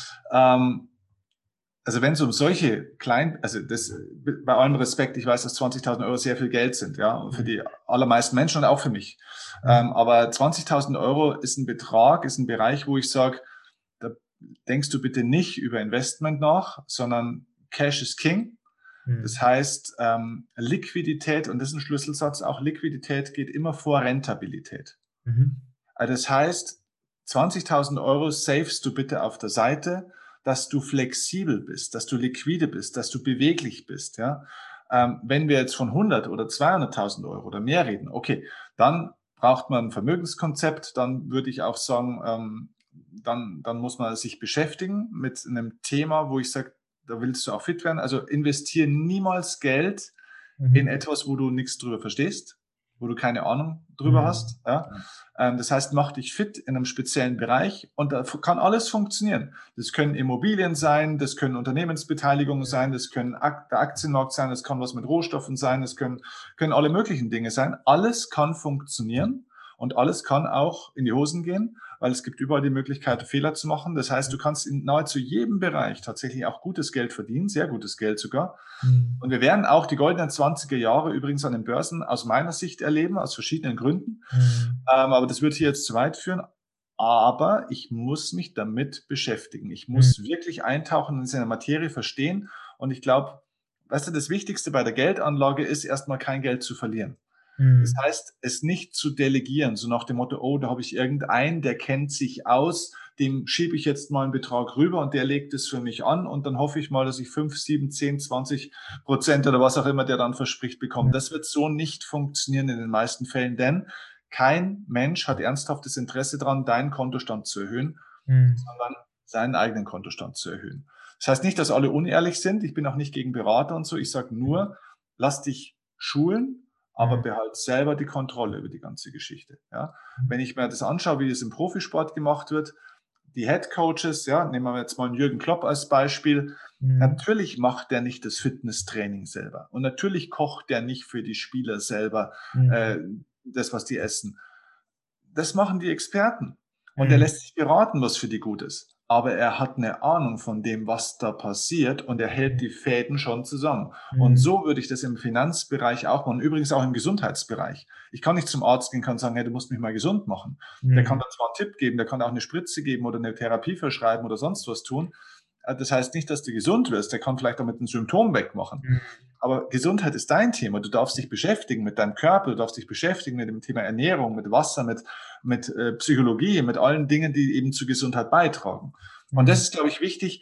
E: Also wenn es um solche also das, bei allem Respekt, ich weiß, dass 20.000 € sehr viel Geld sind, ja, für die allermeisten Menschen und auch für mich. Aber 20.000 € ist ein Betrag, ist ein Bereich, wo ich sage, denkst du bitte nicht über Investment nach, sondern Cash is King. Das heißt, Liquidität, und das ist ein Schlüsselsatz, auch Liquidität geht immer vor Rentabilität. Also das heißt, 20.000 € savest du bitte auf der Seite, dass du flexibel bist, dass du liquide bist, dass du beweglich bist. Ja? Wenn wir jetzt von 100 oder 200.000 € oder mehr reden, okay, dann braucht man ein Vermögenskonzept, dann würde ich auch sagen, dann muss man sich beschäftigen mit einem Thema, wo ich sage, da willst du auch fit werden. Also investiere niemals Geld in etwas, wo du nichts drüber verstehst, wo du keine Ahnung drüber hast. Ja? Das heißt, mach dich fit in einem speziellen Bereich und da kann alles funktionieren. Das können Immobilien sein, das können Unternehmensbeteiligungen sein, das können der Aktienmarkt sein, das kann was mit Rohstoffen sein, das können alle möglichen Dinge sein. Alles kann funktionieren. Und alles kann auch in die Hosen gehen, weil es gibt überall die Möglichkeit, Fehler zu machen. Das heißt, du kannst in nahezu jedem Bereich tatsächlich auch gutes Geld verdienen, sehr gutes Geld sogar. Und wir werden auch die goldenen 20er Jahre übrigens an den Börsen aus meiner Sicht erleben, aus verschiedenen Gründen. Aber das würde hier jetzt zu weit führen. Aber ich muss mich damit beschäftigen. Ich muss wirklich eintauchen und in seine Materie verstehen. Und ich glaube, weißt du, das Wichtigste bei der Geldanlage ist, erstmal kein Geld zu verlieren. Das heißt, es nicht zu delegieren, so nach dem Motto, oh, da habe ich irgendeinen, der kennt sich aus, dem schiebe ich jetzt mal einen Betrag rüber und der legt es für mich an und dann hoffe ich mal, dass ich 5, 7, 10, 20% oder was auch immer der dann verspricht bekomme. Das wird so nicht funktionieren in den meisten Fällen, denn kein Mensch hat ernsthaftes Interesse daran, deinen Kontostand zu erhöhen, sondern seinen eigenen Kontostand zu erhöhen. Das heißt nicht, dass alle unehrlich sind. Ich bin auch nicht gegen Berater und so. Ich sage nur, lass dich schulen, aber behalt selber die Kontrolle über die ganze Geschichte. Ja? Wenn ich mir das anschaue, wie es im Profisport gemacht wird, die Head Coaches, ja, nehmen wir jetzt mal einen Jürgen Klopp als Beispiel, natürlich macht der nicht das Fitnesstraining selber und natürlich kocht der nicht für die Spieler selber das, was die essen. Das machen die Experten und er lässt sich beraten, was für die gut ist. Aber er hat eine Ahnung von dem, was da passiert und er hält die Fäden schon zusammen. Und so würde ich das im Finanzbereich auch machen, übrigens auch im Gesundheitsbereich. Ich kann nicht zum Arzt gehen und sagen, hey, du musst mich mal gesund machen. Der kann da zwar einen Tipp geben, der kann auch eine Spritze geben oder eine Therapie verschreiben oder sonst was tun. Das heißt nicht, dass du gesund wirst. Der kann vielleicht auch mit einem Symptom wegmachen. Aber Gesundheit ist dein Thema. Du darfst dich beschäftigen mit deinem Körper, du darfst dich beschäftigen mit dem Thema Ernährung, mit Wasser, mit Psychologie, mit allen Dingen, die eben zur Gesundheit beitragen. Und das ist, glaube ich, wichtig,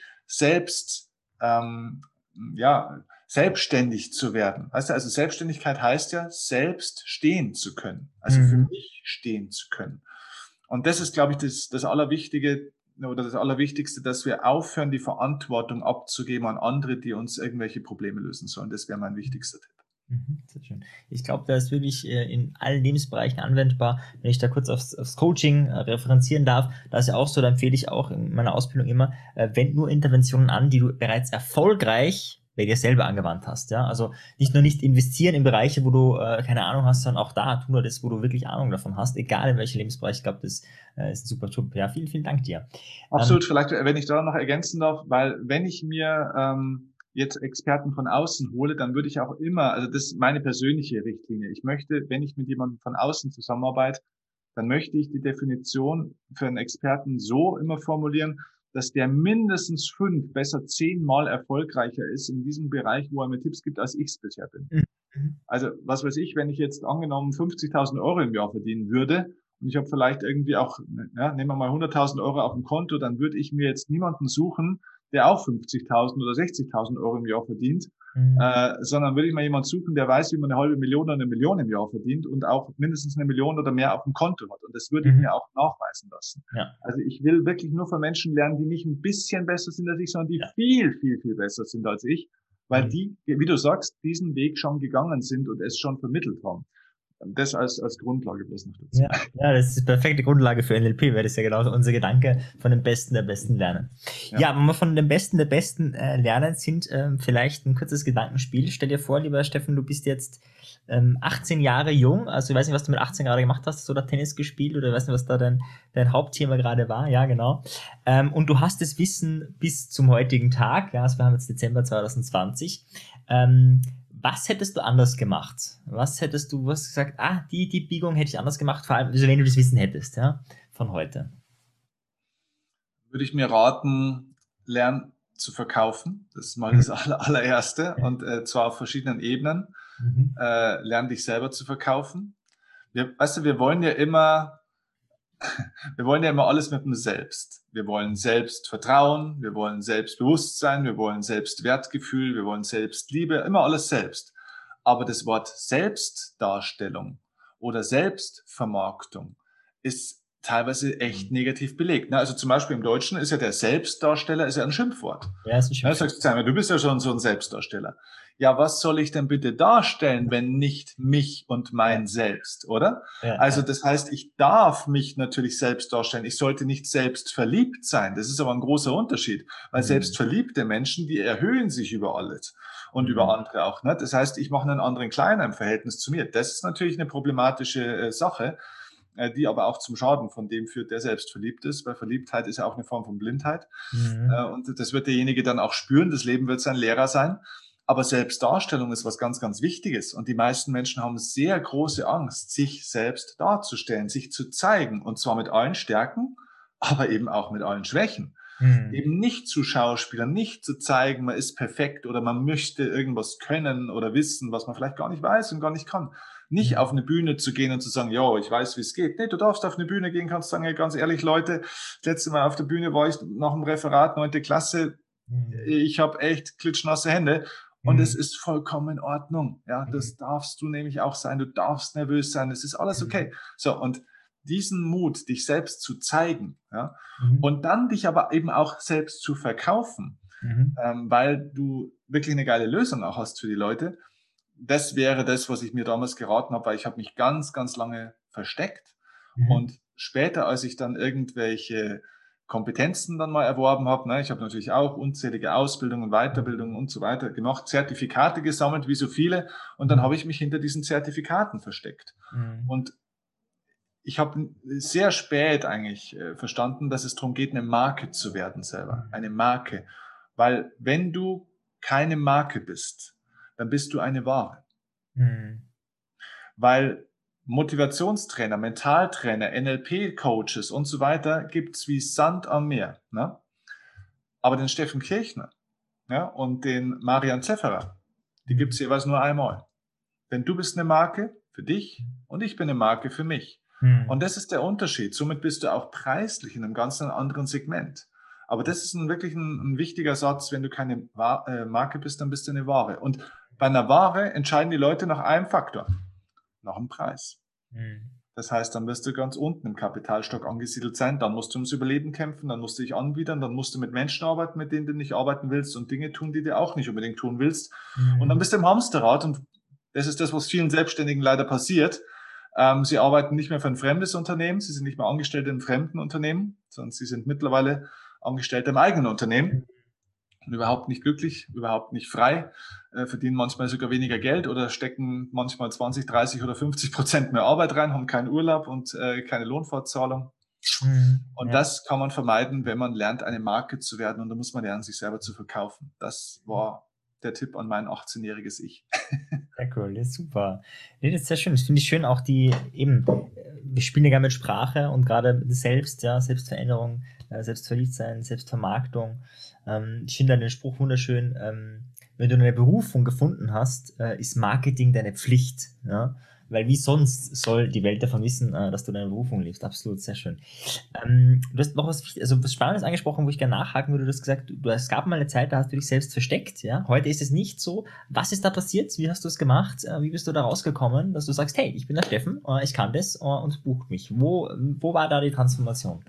E: selbstständig zu werden. Weißt du, also Selbstständigkeit heißt ja, selbst stehen zu können. Also für mich stehen zu können. Und das ist, glaube ich, das Allerwichtigste, dass wir aufhören, die Verantwortung abzugeben an andere, die uns irgendwelche Probleme lösen sollen. Das wäre mein wichtigster Tipp.
D: Sehr schön. Ich glaube, das ist wirklich in allen Lebensbereichen anwendbar. Wenn ich da kurz aufs Coaching referenzieren darf, da ist ja auch so, da empfehle ich auch in meiner Ausbildung immer, wend nur Interventionen an, die du bereits erfolgreich bei dir selber angewandt hast. Ja? Also nicht investieren in Bereiche, wo du keine Ahnung hast, sondern auch da tu nur das, wo du wirklich Ahnung davon hast, egal in welchem Lebensbereich. Ich glaube, das ist ein super Tipp. Ja, vielen, vielen Dank dir.
E: Absolut, vielleicht, wenn ich da noch ergänzen darf, weil wenn ich mir jetzt Experten von außen hole, dann würde ich auch immer, also das ist meine persönliche Richtlinie. Ich möchte, wenn ich mit jemandem von außen zusammenarbeite, dann möchte ich die Definition für einen Experten so immer formulieren, dass der mindestens 5, besser 10-mal erfolgreicher ist in diesem Bereich, wo er mir Tipps gibt, als ich es bisher bin. Also was weiß ich, wenn ich jetzt angenommen 50.000 Euro im Jahr verdienen würde und ich habe vielleicht irgendwie auch, nehmen wir mal 100.000 Euro auf dem Konto, dann würde ich mir jetzt niemanden suchen, der auch 50.000 oder 60.000 Euro im Jahr verdient, sondern würde ich mal jemanden suchen, der weiß, wie man 500.000 oder 1 Million im Jahr verdient und auch mindestens 1 Million oder mehr auf dem Konto hat. Und das würde ich mir auch nachweisen lassen. Ja. Also ich will wirklich nur von Menschen lernen, die nicht ein bisschen besser sind als ich, sondern die viel, viel, viel besser sind als ich, weil die, wie du sagst, diesen Weg schon gegangen sind und es schon vermittelt haben. Das als Grundlage bloß noch dazu.
D: Ja, das ist die perfekte Grundlage für NLP, wäre das ja genau unser Gedanke, von dem Besten der Besten lernen. Ja, wenn wir von dem Besten der Besten lernen, sind vielleicht ein kurzes Gedankenspiel. Stell dir vor, lieber Steffen, du bist jetzt 18 Jahre jung, also ich weiß nicht, was du mit 18 gerade gemacht hast, oder Tennis gespielt oder ich weiß nicht, was da dein Hauptthema gerade war, ja genau. Und du hast das Wissen bis zum heutigen Tag, ja, also wir haben jetzt Dezember 2020, was hättest du anders gemacht? Was hättest du gesagt, die Biegung hätte ich anders gemacht, vor allem, also wenn du das Wissen hättest, ja, von heute?
E: Würde ich mir raten, lernen zu verkaufen. Das ist mal das allererste und zwar auf verschiedenen Ebenen. Lern dich selber zu verkaufen. Wir wollen ja immer alles mit dem Selbst. Wir wollen Selbstvertrauen, wir wollen Selbstbewusstsein, wir wollen Selbstwertgefühl, wir wollen Selbstliebe, immer alles selbst. Aber das Wort Selbstdarstellung oder Selbstvermarktung ist teilweise echt negativ belegt. Also zum Beispiel im Deutschen ist ja der Selbstdarsteller ist ja ein Schimpfwort. Ja, ist ein Schimpfwort. Sagst du bist ja schon so ein Selbstdarsteller. Ja, was soll ich denn bitte darstellen, wenn nicht mich und mein Selbst, oder? Ja, also das heißt, ich darf mich natürlich selbst darstellen. Ich sollte nicht selbst verliebt sein. Das ist aber ein großer Unterschied, weil selbstverliebte Menschen, die erhöhen sich über alles und über andere auch. Ne? Das heißt, ich mache einen anderen kleiner im Verhältnis zu mir. Das ist natürlich eine problematische Sache, die aber auch zum Schaden von dem führt, der selbst verliebt ist, weil Verliebtheit ist ja auch eine Form von Blindheit. Und das wird derjenige dann auch spüren. Das Leben wird sein Lehrer sein. Aber Selbstdarstellung ist was ganz, ganz Wichtiges. Und die meisten Menschen haben sehr große Angst, sich selbst darzustellen, sich zu zeigen. Und zwar mit allen Stärken, aber eben auch mit allen Schwächen. Eben nicht zu schauspielern, nicht zu zeigen, man ist perfekt oder man möchte irgendwas können oder wissen, was man vielleicht gar nicht weiß und gar nicht kann. Nicht auf eine Bühne zu gehen und zu sagen, ja, ich weiß, wie es geht. Nee, du darfst auf eine Bühne gehen, kannst sagen, hey, ganz ehrlich, Leute, das letzte Mal auf der Bühne war ich nach dem Referat 9. Klasse, ich habe echt klitschnasse Hände und es ist vollkommen in Ordnung. Ja, das darfst du nämlich auch sein, du darfst nervös sein, es ist alles okay. So, und diesen Mut, dich selbst zu zeigen, ja, und dann dich aber eben auch selbst zu verkaufen, weil du wirklich eine geile Lösung auch hast für die Leute. Das wäre das, was ich mir damals geraten habe, weil ich habe mich ganz, ganz lange versteckt. Und später, als ich dann irgendwelche Kompetenzen dann mal erworben habe, ne, ich habe natürlich auch unzählige Ausbildungen, Weiterbildungen und so weiter gemacht, Zertifikate gesammelt, wie so viele, und dann habe ich mich hinter diesen Zertifikaten versteckt. Und ich habe sehr spät eigentlich verstanden, dass es darum geht, eine Marke zu werden selber. Eine Marke. Weil wenn du keine Marke bist, dann bist du eine Ware. Weil Motivationstrainer, Mentaltrainer, NLP-Coaches und so weiter gibt es wie Sand am Meer. Ne? Aber den Steffen Kirchner, ja, und den Marian Zefferer, die gibt es jeweils nur einmal. Denn du bist eine Marke für dich und ich bin eine Marke für mich. Und das ist der Unterschied. Somit bist du auch preislich in einem ganz anderen Segment. Aber das ist wirklich ein wichtiger Satz. Wenn du keine Marke bist, dann bist du eine Ware. Und bei einer Ware entscheiden die Leute nach einem Faktor, nach dem Preis. Das heißt, dann wirst du ganz unten im Kapitalstock angesiedelt sein. Dann musst du ums Überleben kämpfen, dann musst du dich anbiedern, dann musst du mit Menschen arbeiten, mit denen du nicht arbeiten willst und Dinge tun, die du auch nicht unbedingt tun willst. Und dann bist du im Hamsterrad und das ist das, was vielen Selbstständigen leider passiert. Sie arbeiten nicht mehr für ein fremdes Unternehmen, sie sind nicht mehr Angestellte im fremden Unternehmen, sondern sie sind mittlerweile Angestellte im eigenen Unternehmen und überhaupt nicht glücklich, überhaupt nicht frei, verdienen manchmal sogar weniger Geld oder stecken manchmal 20, 30 oder 50% mehr Arbeit rein, haben keinen Urlaub und keine Lohnfortzahlung. Und das kann man vermeiden, wenn man lernt, eine Marke zu werden, und da muss man lernen, sich selber zu verkaufen. Das war der Tipp an mein 18-jähriges Ich.
D: Sehr cool, das ist super. Nee, das ist sehr schön. Das finde ich schön, auch die eben, wir spielen ja gerne mit Sprache und gerade selbst, ja, Selbstveränderung, Selbstverliebtsein, Selbstvermarktung. Ich finde den Spruch wunderschön, wenn du eine Berufung gefunden hast, ist Marketing deine Pflicht, ja? Weil wie sonst soll die Welt davon wissen, dass du deine Berufung lebst. Absolut, sehr schön. Du hast noch was Spannendes angesprochen, wo ich gerne nachhaken würde. Du hast gesagt, es gab mal eine Zeit, da hast du dich selbst versteckt. Ja? Heute ist es nicht so. Was ist da passiert? Wie hast du es gemacht? Wie bist du da rausgekommen, dass du sagst, hey, ich bin der Steffen, ich kann das und bucht mich. Wo war da die Transformation?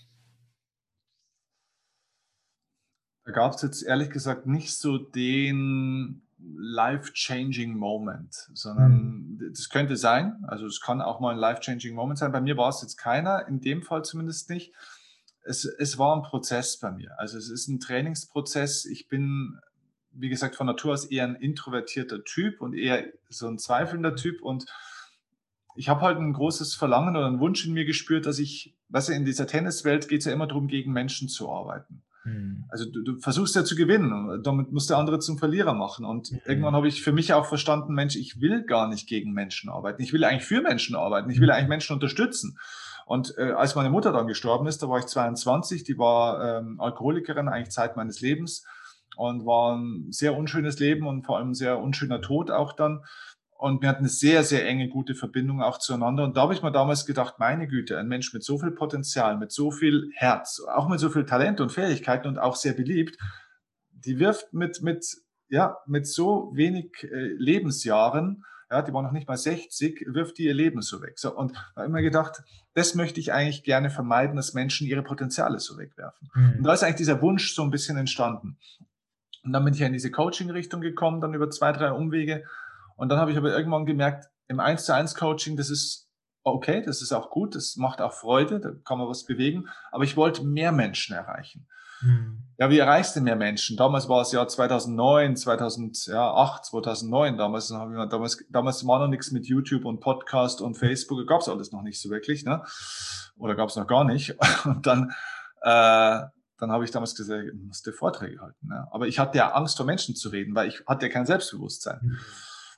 E: Da gab es jetzt ehrlich gesagt nicht so den life-changing Moment, sondern das könnte sein, also es kann auch mal ein life-changing Moment sein. Bei mir war es jetzt keiner, in dem Fall zumindest nicht. Es war ein Prozess bei mir. Also es ist ein Trainingsprozess. Ich bin, wie gesagt, von Natur aus eher ein introvertierter Typ und eher so ein zweifelnder Typ, und ich habe halt ein großes Verlangen oder einen Wunsch in mir gespürt, dass ich, weißt du, in dieser Tenniswelt geht es ja immer darum, gegen Menschen zu arbeiten. Also du versuchst ja zu gewinnen und damit musst der andere zum Verlierer machen. Und irgendwann habe ich für mich auch verstanden, Mensch, ich will gar nicht gegen Menschen arbeiten. Ich will eigentlich für Menschen arbeiten. Ich will eigentlich Menschen unterstützen. Und als meine Mutter dann gestorben ist, da war ich 22, die war Alkoholikerin eigentlich Zeit meines Lebens und war ein sehr unschönes Leben und vor allem ein sehr unschöner Tod auch dann. Und wir hatten eine sehr, sehr enge, gute Verbindung auch zueinander. Und da habe ich mir damals gedacht, meine Güte, ein Mensch mit so viel Potenzial, mit so viel Herz, auch mit so viel Talent und Fähigkeiten und auch sehr beliebt, die wirft mit so wenig Lebensjahren, ja, die war noch nicht mal 60, wirft die ihr Leben so weg. So, und da habe ich mir gedacht, das möchte ich eigentlich gerne vermeiden, dass Menschen ihre Potenziale so wegwerfen. Und da ist eigentlich dieser Wunsch so ein bisschen entstanden. Und dann bin ich ja in diese Coaching-Richtung gekommen, dann über 2, 3 Umwege. Und dann habe ich aber irgendwann gemerkt, im 1:1 Coaching, das ist okay, das ist auch gut, das macht auch Freude, da kann man was bewegen, aber ich wollte mehr Menschen erreichen. Ja, wie erreichst du mehr Menschen? Damals war es Jahr 2009, 2008, 2009, damals war noch nichts mit YouTube und Podcast und Facebook, gab es alles noch nicht so wirklich, ne? Oder gab es noch gar nicht. Und dann habe ich damals gesagt, ich musste Vorträge halten. Ne? Aber ich hatte ja Angst, vor Menschen zu reden, weil ich hatte ja kein Selbstbewusstsein.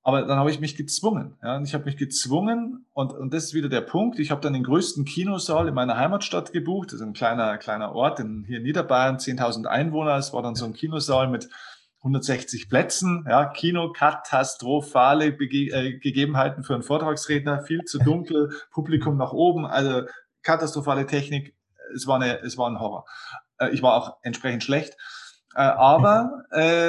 E: Aber dann habe ich mich gezwungen. Ja, und ich habe mich gezwungen und das ist wieder der Punkt. Ich habe dann den größten Kinosaal in meiner Heimatstadt gebucht. Das ist ein kleiner Ort hier in Niederbayern, 10.000 Einwohner. Es war dann so ein Kinosaal mit 160 Plätzen. Ja, Kino, katastrophale Gegebenheiten für einen Vortragsredner. Viel zu dunkel, Publikum nach oben, also katastrophale Technik. Es war ein Horror. Ich war auch entsprechend schlecht. Aber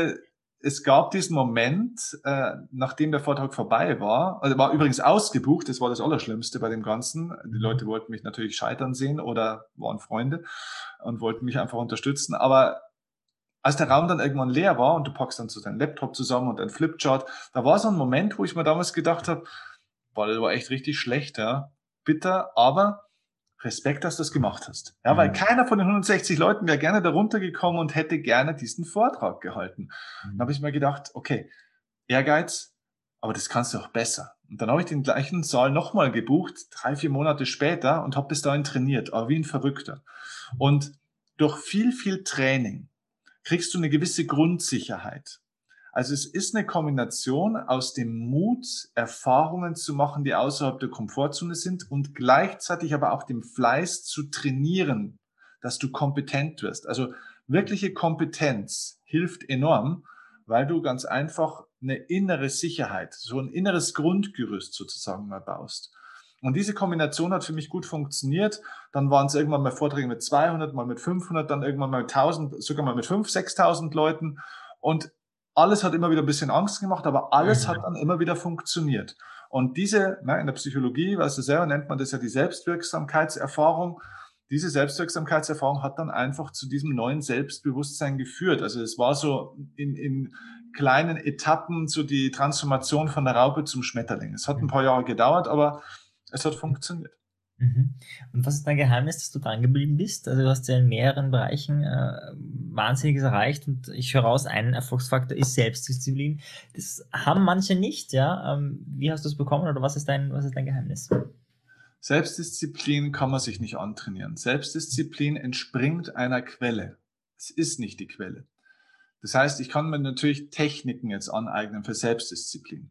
E: es gab diesen Moment, nachdem der Vortrag vorbei war, also war übrigens ausgebucht, das war das Allerschlimmste bei dem Ganzen. Die Leute wollten mich natürlich scheitern sehen oder waren Freunde und wollten mich einfach unterstützen. Aber als der Raum dann irgendwann leer war und du packst dann so deinen Laptop zusammen und dein Flipchart, da war so ein Moment, wo ich mir damals gedacht habe, boah, das war echt richtig schlecht, ja. Bitter, aber Respekt, dass du das gemacht hast. Ja, weil keiner von den 160 Leuten wäre gerne darunter gekommen und hätte gerne diesen Vortrag gehalten. Dann habe ich mir gedacht, okay, Ehrgeiz, aber das kannst du auch besser. Und dann habe ich den gleichen Saal nochmal gebucht, 3-4 Monate später und habe bis dahin trainiert, aber wie ein Verrückter. Und durch viel Training kriegst du eine gewisse Grundsicherheit. Also es ist eine Kombination aus dem Mut, Erfahrungen zu machen, die außerhalb der Komfortzone sind und gleichzeitig aber auch dem Fleiß zu trainieren, dass du kompetent wirst. Also wirkliche Kompetenz hilft enorm, weil du ganz einfach eine innere Sicherheit, so ein inneres Grundgerüst sozusagen mal baust. Und diese Kombination hat für mich gut funktioniert. Dann waren es irgendwann mal Vorträge mit 200, mal mit 500, dann irgendwann mal mit 1000, sogar mal mit 5.000, 6.000 Leuten. Und alles hat immer wieder ein bisschen Angst gemacht, aber alles hat dann immer wieder funktioniert. Und diese, in der Psychologie, weißt du selber, nennt man das ja die Selbstwirksamkeitserfahrung. Diese Selbstwirksamkeitserfahrung hat dann einfach zu diesem neuen Selbstbewusstsein geführt. Also es war so in kleinen Etappen so die Transformation von der Raupe zum Schmetterling. Es hat ein paar Jahre gedauert, aber es hat funktioniert.
D: Und was ist dein Geheimnis, dass du dran geblieben bist? Also du hast ja in mehreren Bereichen Wahnsinniges erreicht und ich höre raus, ein Erfolgsfaktor ist Selbstdisziplin. Das haben manche nicht, ja. Wie hast du es bekommen oder was ist dein Geheimnis?
E: Selbstdisziplin kann man sich nicht antrainieren. Selbstdisziplin entspringt einer Quelle. Es ist nicht die Quelle. Das heißt, ich kann mir natürlich Techniken jetzt aneignen für Selbstdisziplin.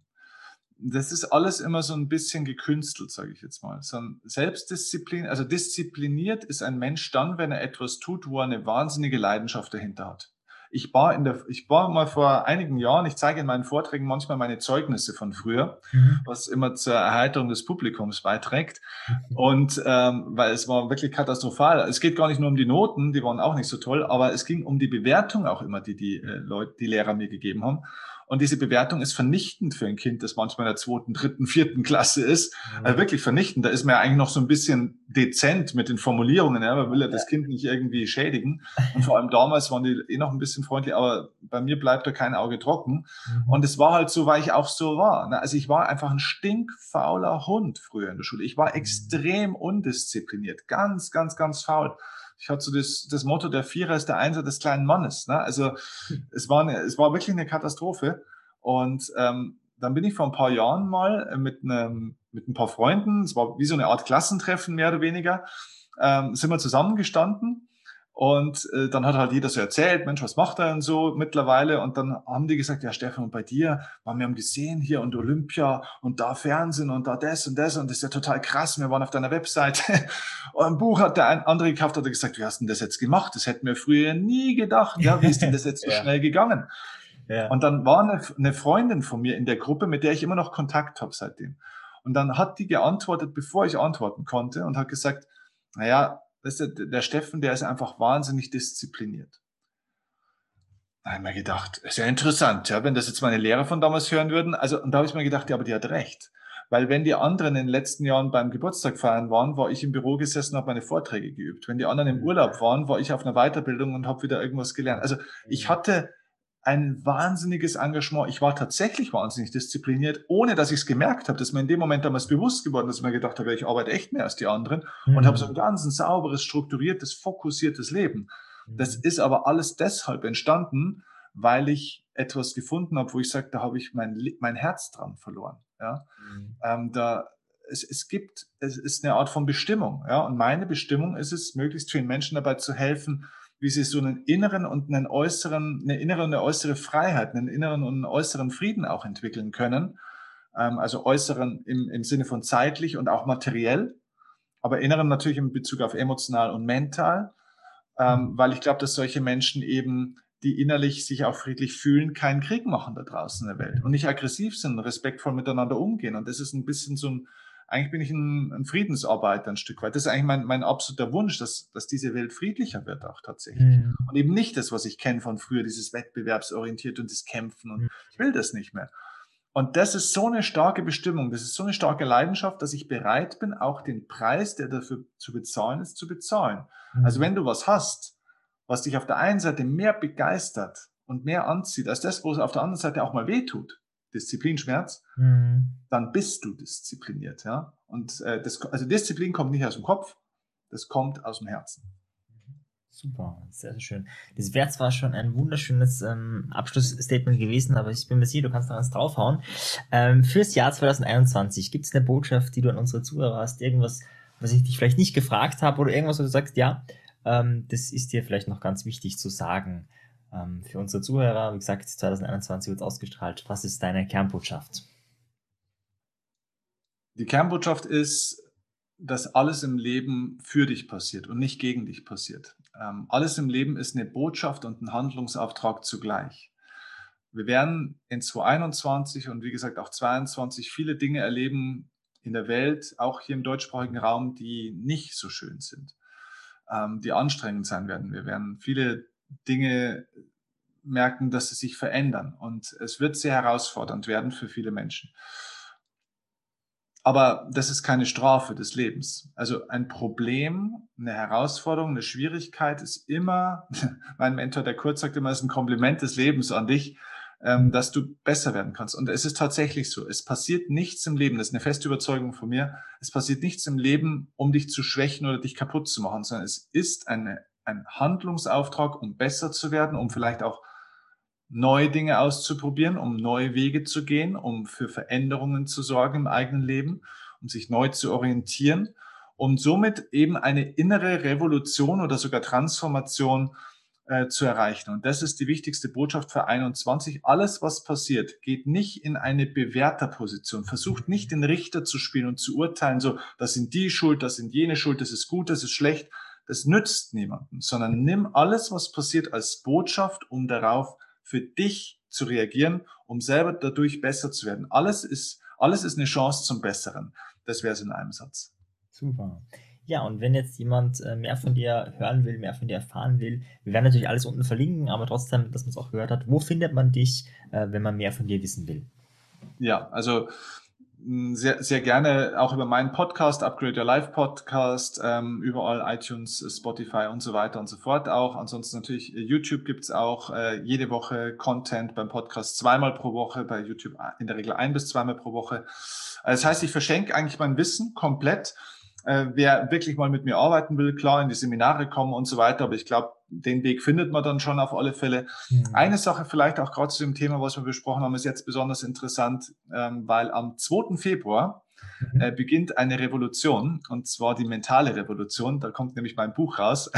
E: Das ist alles immer so ein bisschen gekünstelt, sage ich jetzt mal. So ein Selbstdisziplin, also diszipliniert ist ein Mensch dann, wenn er etwas tut, wo er eine wahnsinnige Leidenschaft dahinter hat. Ich war mal vor einigen Jahren, ich zeige in meinen Vorträgen manchmal meine Zeugnisse von früher, was immer zur Erheiterung des Publikums beiträgt. Und weil es war wirklich katastrophal. Es geht gar nicht nur um die Noten, die waren auch nicht so toll, aber es ging um die Bewertung auch immer, die Lehrer mir gegeben haben. Und diese Bewertung ist vernichtend für ein Kind, das manchmal in der 2., 3., 4. Klasse ist. Also wirklich vernichtend. Da ist man ja eigentlich noch so ein bisschen dezent mit den Formulierungen. Ja? Man will ja das Kind nicht irgendwie schädigen. Und vor allem damals waren die noch ein bisschen freundlich, aber bei mir bleibt da kein Auge trocken. Und es war halt so, weil ich auch so war. Also ich war einfach ein stinkfauler Hund früher in der Schule. Ich war extrem undiszipliniert. Ganz faul. Ich hatte so das Motto, der Vierer ist der Einser des kleinen Mannes. Ne? Also es war wirklich eine Katastrophe. Und dann bin ich vor ein paar Jahren mal mit ein paar Freunden, es war wie so eine Art Klassentreffen mehr oder weniger, sind wir zusammengestanden. Und dann hat halt jeder so erzählt, Mensch, was macht er denn so mittlerweile? Und dann haben die gesagt, ja Stefan, und bei dir, wir haben gesehen hier und Olympia und da Fernsehen und da das und das ist ja total krass, wir waren auf deiner Webseite und ein Buch hat der andere gekauft, hat er gesagt, wie hast du denn das jetzt gemacht? Das hätten wir früher nie gedacht, ja, wie ist denn das jetzt so schnell gegangen? Ja. Und dann war eine Freundin von mir in der Gruppe, mit der ich immer noch Kontakt habe seitdem. Und dann hat die geantwortet, bevor ich antworten konnte und hat gesagt, naja, der Steffen, der ist einfach wahnsinnig diszipliniert. Da habe ich mir gedacht, ist ja interessant, ja, wenn das jetzt meine Lehrer von damals hören würden. Also, und da habe ich mir gedacht, ja, aber die hat recht. Weil wenn die anderen in den letzten Jahren beim Geburtstag feiern waren, war ich im Büro gesessen und habe meine Vorträge geübt. Wenn die anderen im Urlaub waren, war ich auf einer Weiterbildung und habe wieder irgendwas gelernt. Also ich hatte ein wahnsinniges Engagement. Ich war tatsächlich wahnsinnig diszipliniert, ohne dass ich es gemerkt habe. Das ist mir in dem Moment damals bewusst geworden, dass ich mir gedacht habe, ich arbeite echt mehr als die anderen und habe so ein ganz sauberes, strukturiertes, fokussiertes Leben. Das ist aber alles deshalb entstanden, weil ich etwas gefunden habe, wo ich sage, da habe ich mein Herz dran verloren. Ja? Es ist eine Art von Bestimmung. Ja? Und meine Bestimmung ist es, möglichst vielen Menschen dabei zu helfen, wie sie so einen inneren und eine innere und eine äußere Freiheit, einen inneren und einen äußeren Frieden auch entwickeln können, Also äußeren im Sinne von zeitlich und auch materiell, aber inneren natürlich in Bezug auf emotional und mental, weil ich glaube, dass solche Menschen eben, die innerlich sich auch friedlich fühlen, keinen Krieg machen da draußen in der Welt und nicht aggressiv sind, respektvoll miteinander umgehen. Und das ist ein bisschen so eigentlich bin ich ein Friedensarbeiter ein Stück weit. Das ist eigentlich mein absoluter Wunsch, dass diese Welt friedlicher wird auch tatsächlich. Und eben nicht das, was ich kenne von früher, dieses Wettbewerbsorientiert und das Kämpfen. Und ich will das nicht mehr. Und das ist so eine starke Bestimmung, das ist so eine starke Leidenschaft, dass ich bereit bin, auch den Preis, der dafür zu bezahlen ist, zu bezahlen. Also wenn du was hast, was dich auf der einen Seite mehr begeistert und mehr anzieht, als das, wo es auf der anderen Seite auch mal wehtut, Disziplinschmerz, dann bist du diszipliniert. Ja? Und also Disziplin kommt nicht aus dem Kopf, das kommt aus dem Herzen.
D: Super, sehr, sehr schön. Das wäre zwar schon ein wunderschönes Abschlussstatement gewesen, aber ich bin mir sicher, du kannst noch eins draufhauen. Fürs Jahr 2021, gibt es eine Botschaft, die du an unsere Zuhörer hast? Irgendwas, was ich dich vielleicht nicht gefragt habe oder irgendwas, wo du sagst, ja, das ist dir vielleicht noch ganz wichtig zu sagen für unsere Zuhörer. Wie gesagt, 2021 wird ausgestrahlt. Was ist deine Kernbotschaft?
E: Die Kernbotschaft ist, dass alles im Leben für dich passiert und nicht gegen dich passiert. Alles im Leben ist eine Botschaft und ein Handlungsauftrag zugleich. Wir werden in 2021 und wie gesagt auch 2022 viele Dinge erleben in der Welt, auch hier im deutschsprachigen Raum, die nicht so schön sind, die anstrengend sein werden. Wir werden viele Dinge merken, dass sie sich verändern und es wird sehr herausfordernd werden für viele Menschen. Aber das ist keine Strafe des Lebens. Also ein Problem, eine Herausforderung, eine Schwierigkeit ist immer, mein Mentor, der Kurt, sagt immer, es ist ein Kompliment des Lebens an dich, dass du besser werden kannst. Und es ist tatsächlich so. Es passiert nichts im Leben, das ist eine feste Überzeugung von mir, es passiert nichts im Leben, um dich zu schwächen oder dich kaputt zu machen, sondern es ist ein Handlungsauftrag, um besser zu werden, um vielleicht auch neue Dinge auszuprobieren, um neue Wege zu gehen, um für Veränderungen zu sorgen im eigenen Leben, um sich neu zu orientieren und somit eben eine innere Revolution oder sogar Transformation zu erreichen. Und das ist die wichtigste Botschaft für 21. Alles, was passiert, geht nicht in eine Bewerterposition. Versucht nicht den Richter zu spielen und zu urteilen, so, das sind die schuld, das sind jene schuld, das ist gut, das ist schlecht. Das nützt niemandem, sondern nimm alles, was passiert, als Botschaft, um darauf für dich zu reagieren, um selber dadurch besser zu werden. Alles ist eine Chance zum Besseren. Das wäre es in einem Satz.
D: Super. Ja, und wenn jetzt jemand mehr von dir hören will, mehr von dir erfahren will, wir werden natürlich alles unten verlinken, aber trotzdem, dass man es auch gehört hat, wo findet man dich, wenn man mehr von dir wissen will?
E: Ja, also sehr, sehr gerne auch über meinen Podcast, Upgrade Your Life Podcast, überall iTunes, Spotify und so weiter und so fort auch. Ansonsten natürlich YouTube gibt's auch jede Woche Content beim Podcast 2-mal pro Woche, bei YouTube in der Regel 1 bis 2-mal pro Woche. Das heißt, ich verschenke eigentlich mein Wissen komplett. Wer wirklich mal mit mir arbeiten will, klar, in die Seminare kommen und so weiter, aber ich glaube, den Weg findet man dann schon auf alle Fälle. Eine Sache vielleicht auch gerade zu dem Thema, was wir besprochen haben, ist jetzt besonders interessant, weil am 2. Februar beginnt eine Revolution, und zwar die mentale Revolution. Da kommt nämlich mein Buch raus.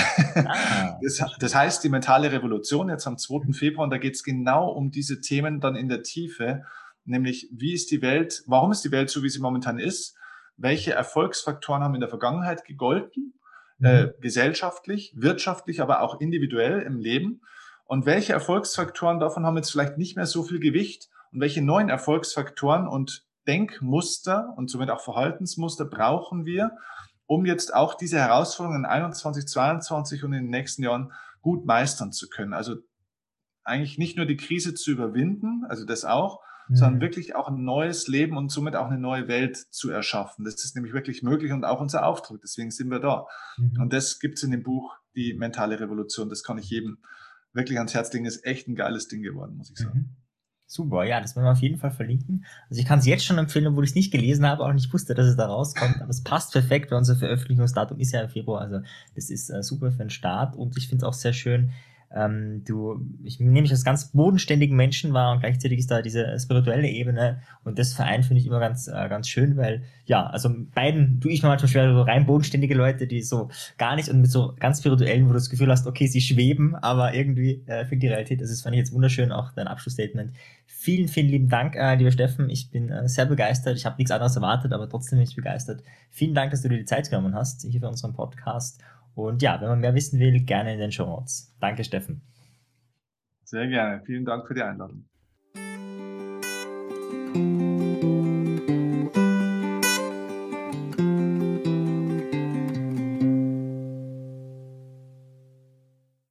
E: Das heißt, die mentale Revolution jetzt am 2. Februar, und da geht es genau um diese Themen dann in der Tiefe, nämlich wie ist die Welt, warum ist die Welt so, wie sie momentan ist, welche Erfolgsfaktoren haben in der Vergangenheit gegolten, gesellschaftlich, wirtschaftlich, aber auch individuell im Leben, und welche Erfolgsfaktoren davon haben jetzt vielleicht nicht mehr so viel Gewicht und welche neuen Erfolgsfaktoren und Denkmuster und somit auch Verhaltensmuster brauchen wir, um jetzt auch diese Herausforderungen in 21, 22 und in den nächsten Jahren gut meistern zu können. Also eigentlich nicht nur die Krise zu überwinden, also das auch, sondern wirklich auch ein neues Leben und somit auch eine neue Welt zu erschaffen. Das ist nämlich wirklich möglich und auch unser Auftrag. Deswegen sind wir da. Und das gibt es in dem Buch, die mentale Revolution. Das kann ich jedem wirklich ans Herz legen. Ist echt ein geiles Ding geworden, muss ich sagen.
D: Super, ja, das werden wir auf jeden Fall verlinken. Also ich kann es jetzt schon empfehlen, obwohl ich es nicht gelesen habe, auch nicht wusste, dass es da rauskommt, aber es passt perfekt, weil unser Veröffentlichungsdatum ist ja im Februar, also das ist super für den Start, und ich finde es auch sehr schön, Ich nehme mich als ganz bodenständigen Menschen wahr und gleichzeitig ist da diese spirituelle Ebene und das Verein finde ich immer ganz schön, weil, ja, also beiden tue ich mir manchmal schwer, so rein bodenständige Leute, die so gar nicht und mit so ganz spirituellen, wo du das Gefühl hast, okay, sie schweben, aber irgendwie für die Realität, das fand ich jetzt wunderschön, auch dein Abschlussstatement. Vielen, vielen lieben Dank, lieber Steffen. Ich bin sehr begeistert. Ich habe nichts anderes erwartet, aber trotzdem bin ich begeistert. Vielen Dank, dass du dir die Zeit genommen hast hier für unseren Podcast. Und ja, wenn man mehr wissen will, gerne in den Shownotes. Danke, Steffen.
E: Sehr gerne. Vielen Dank für die Einladung.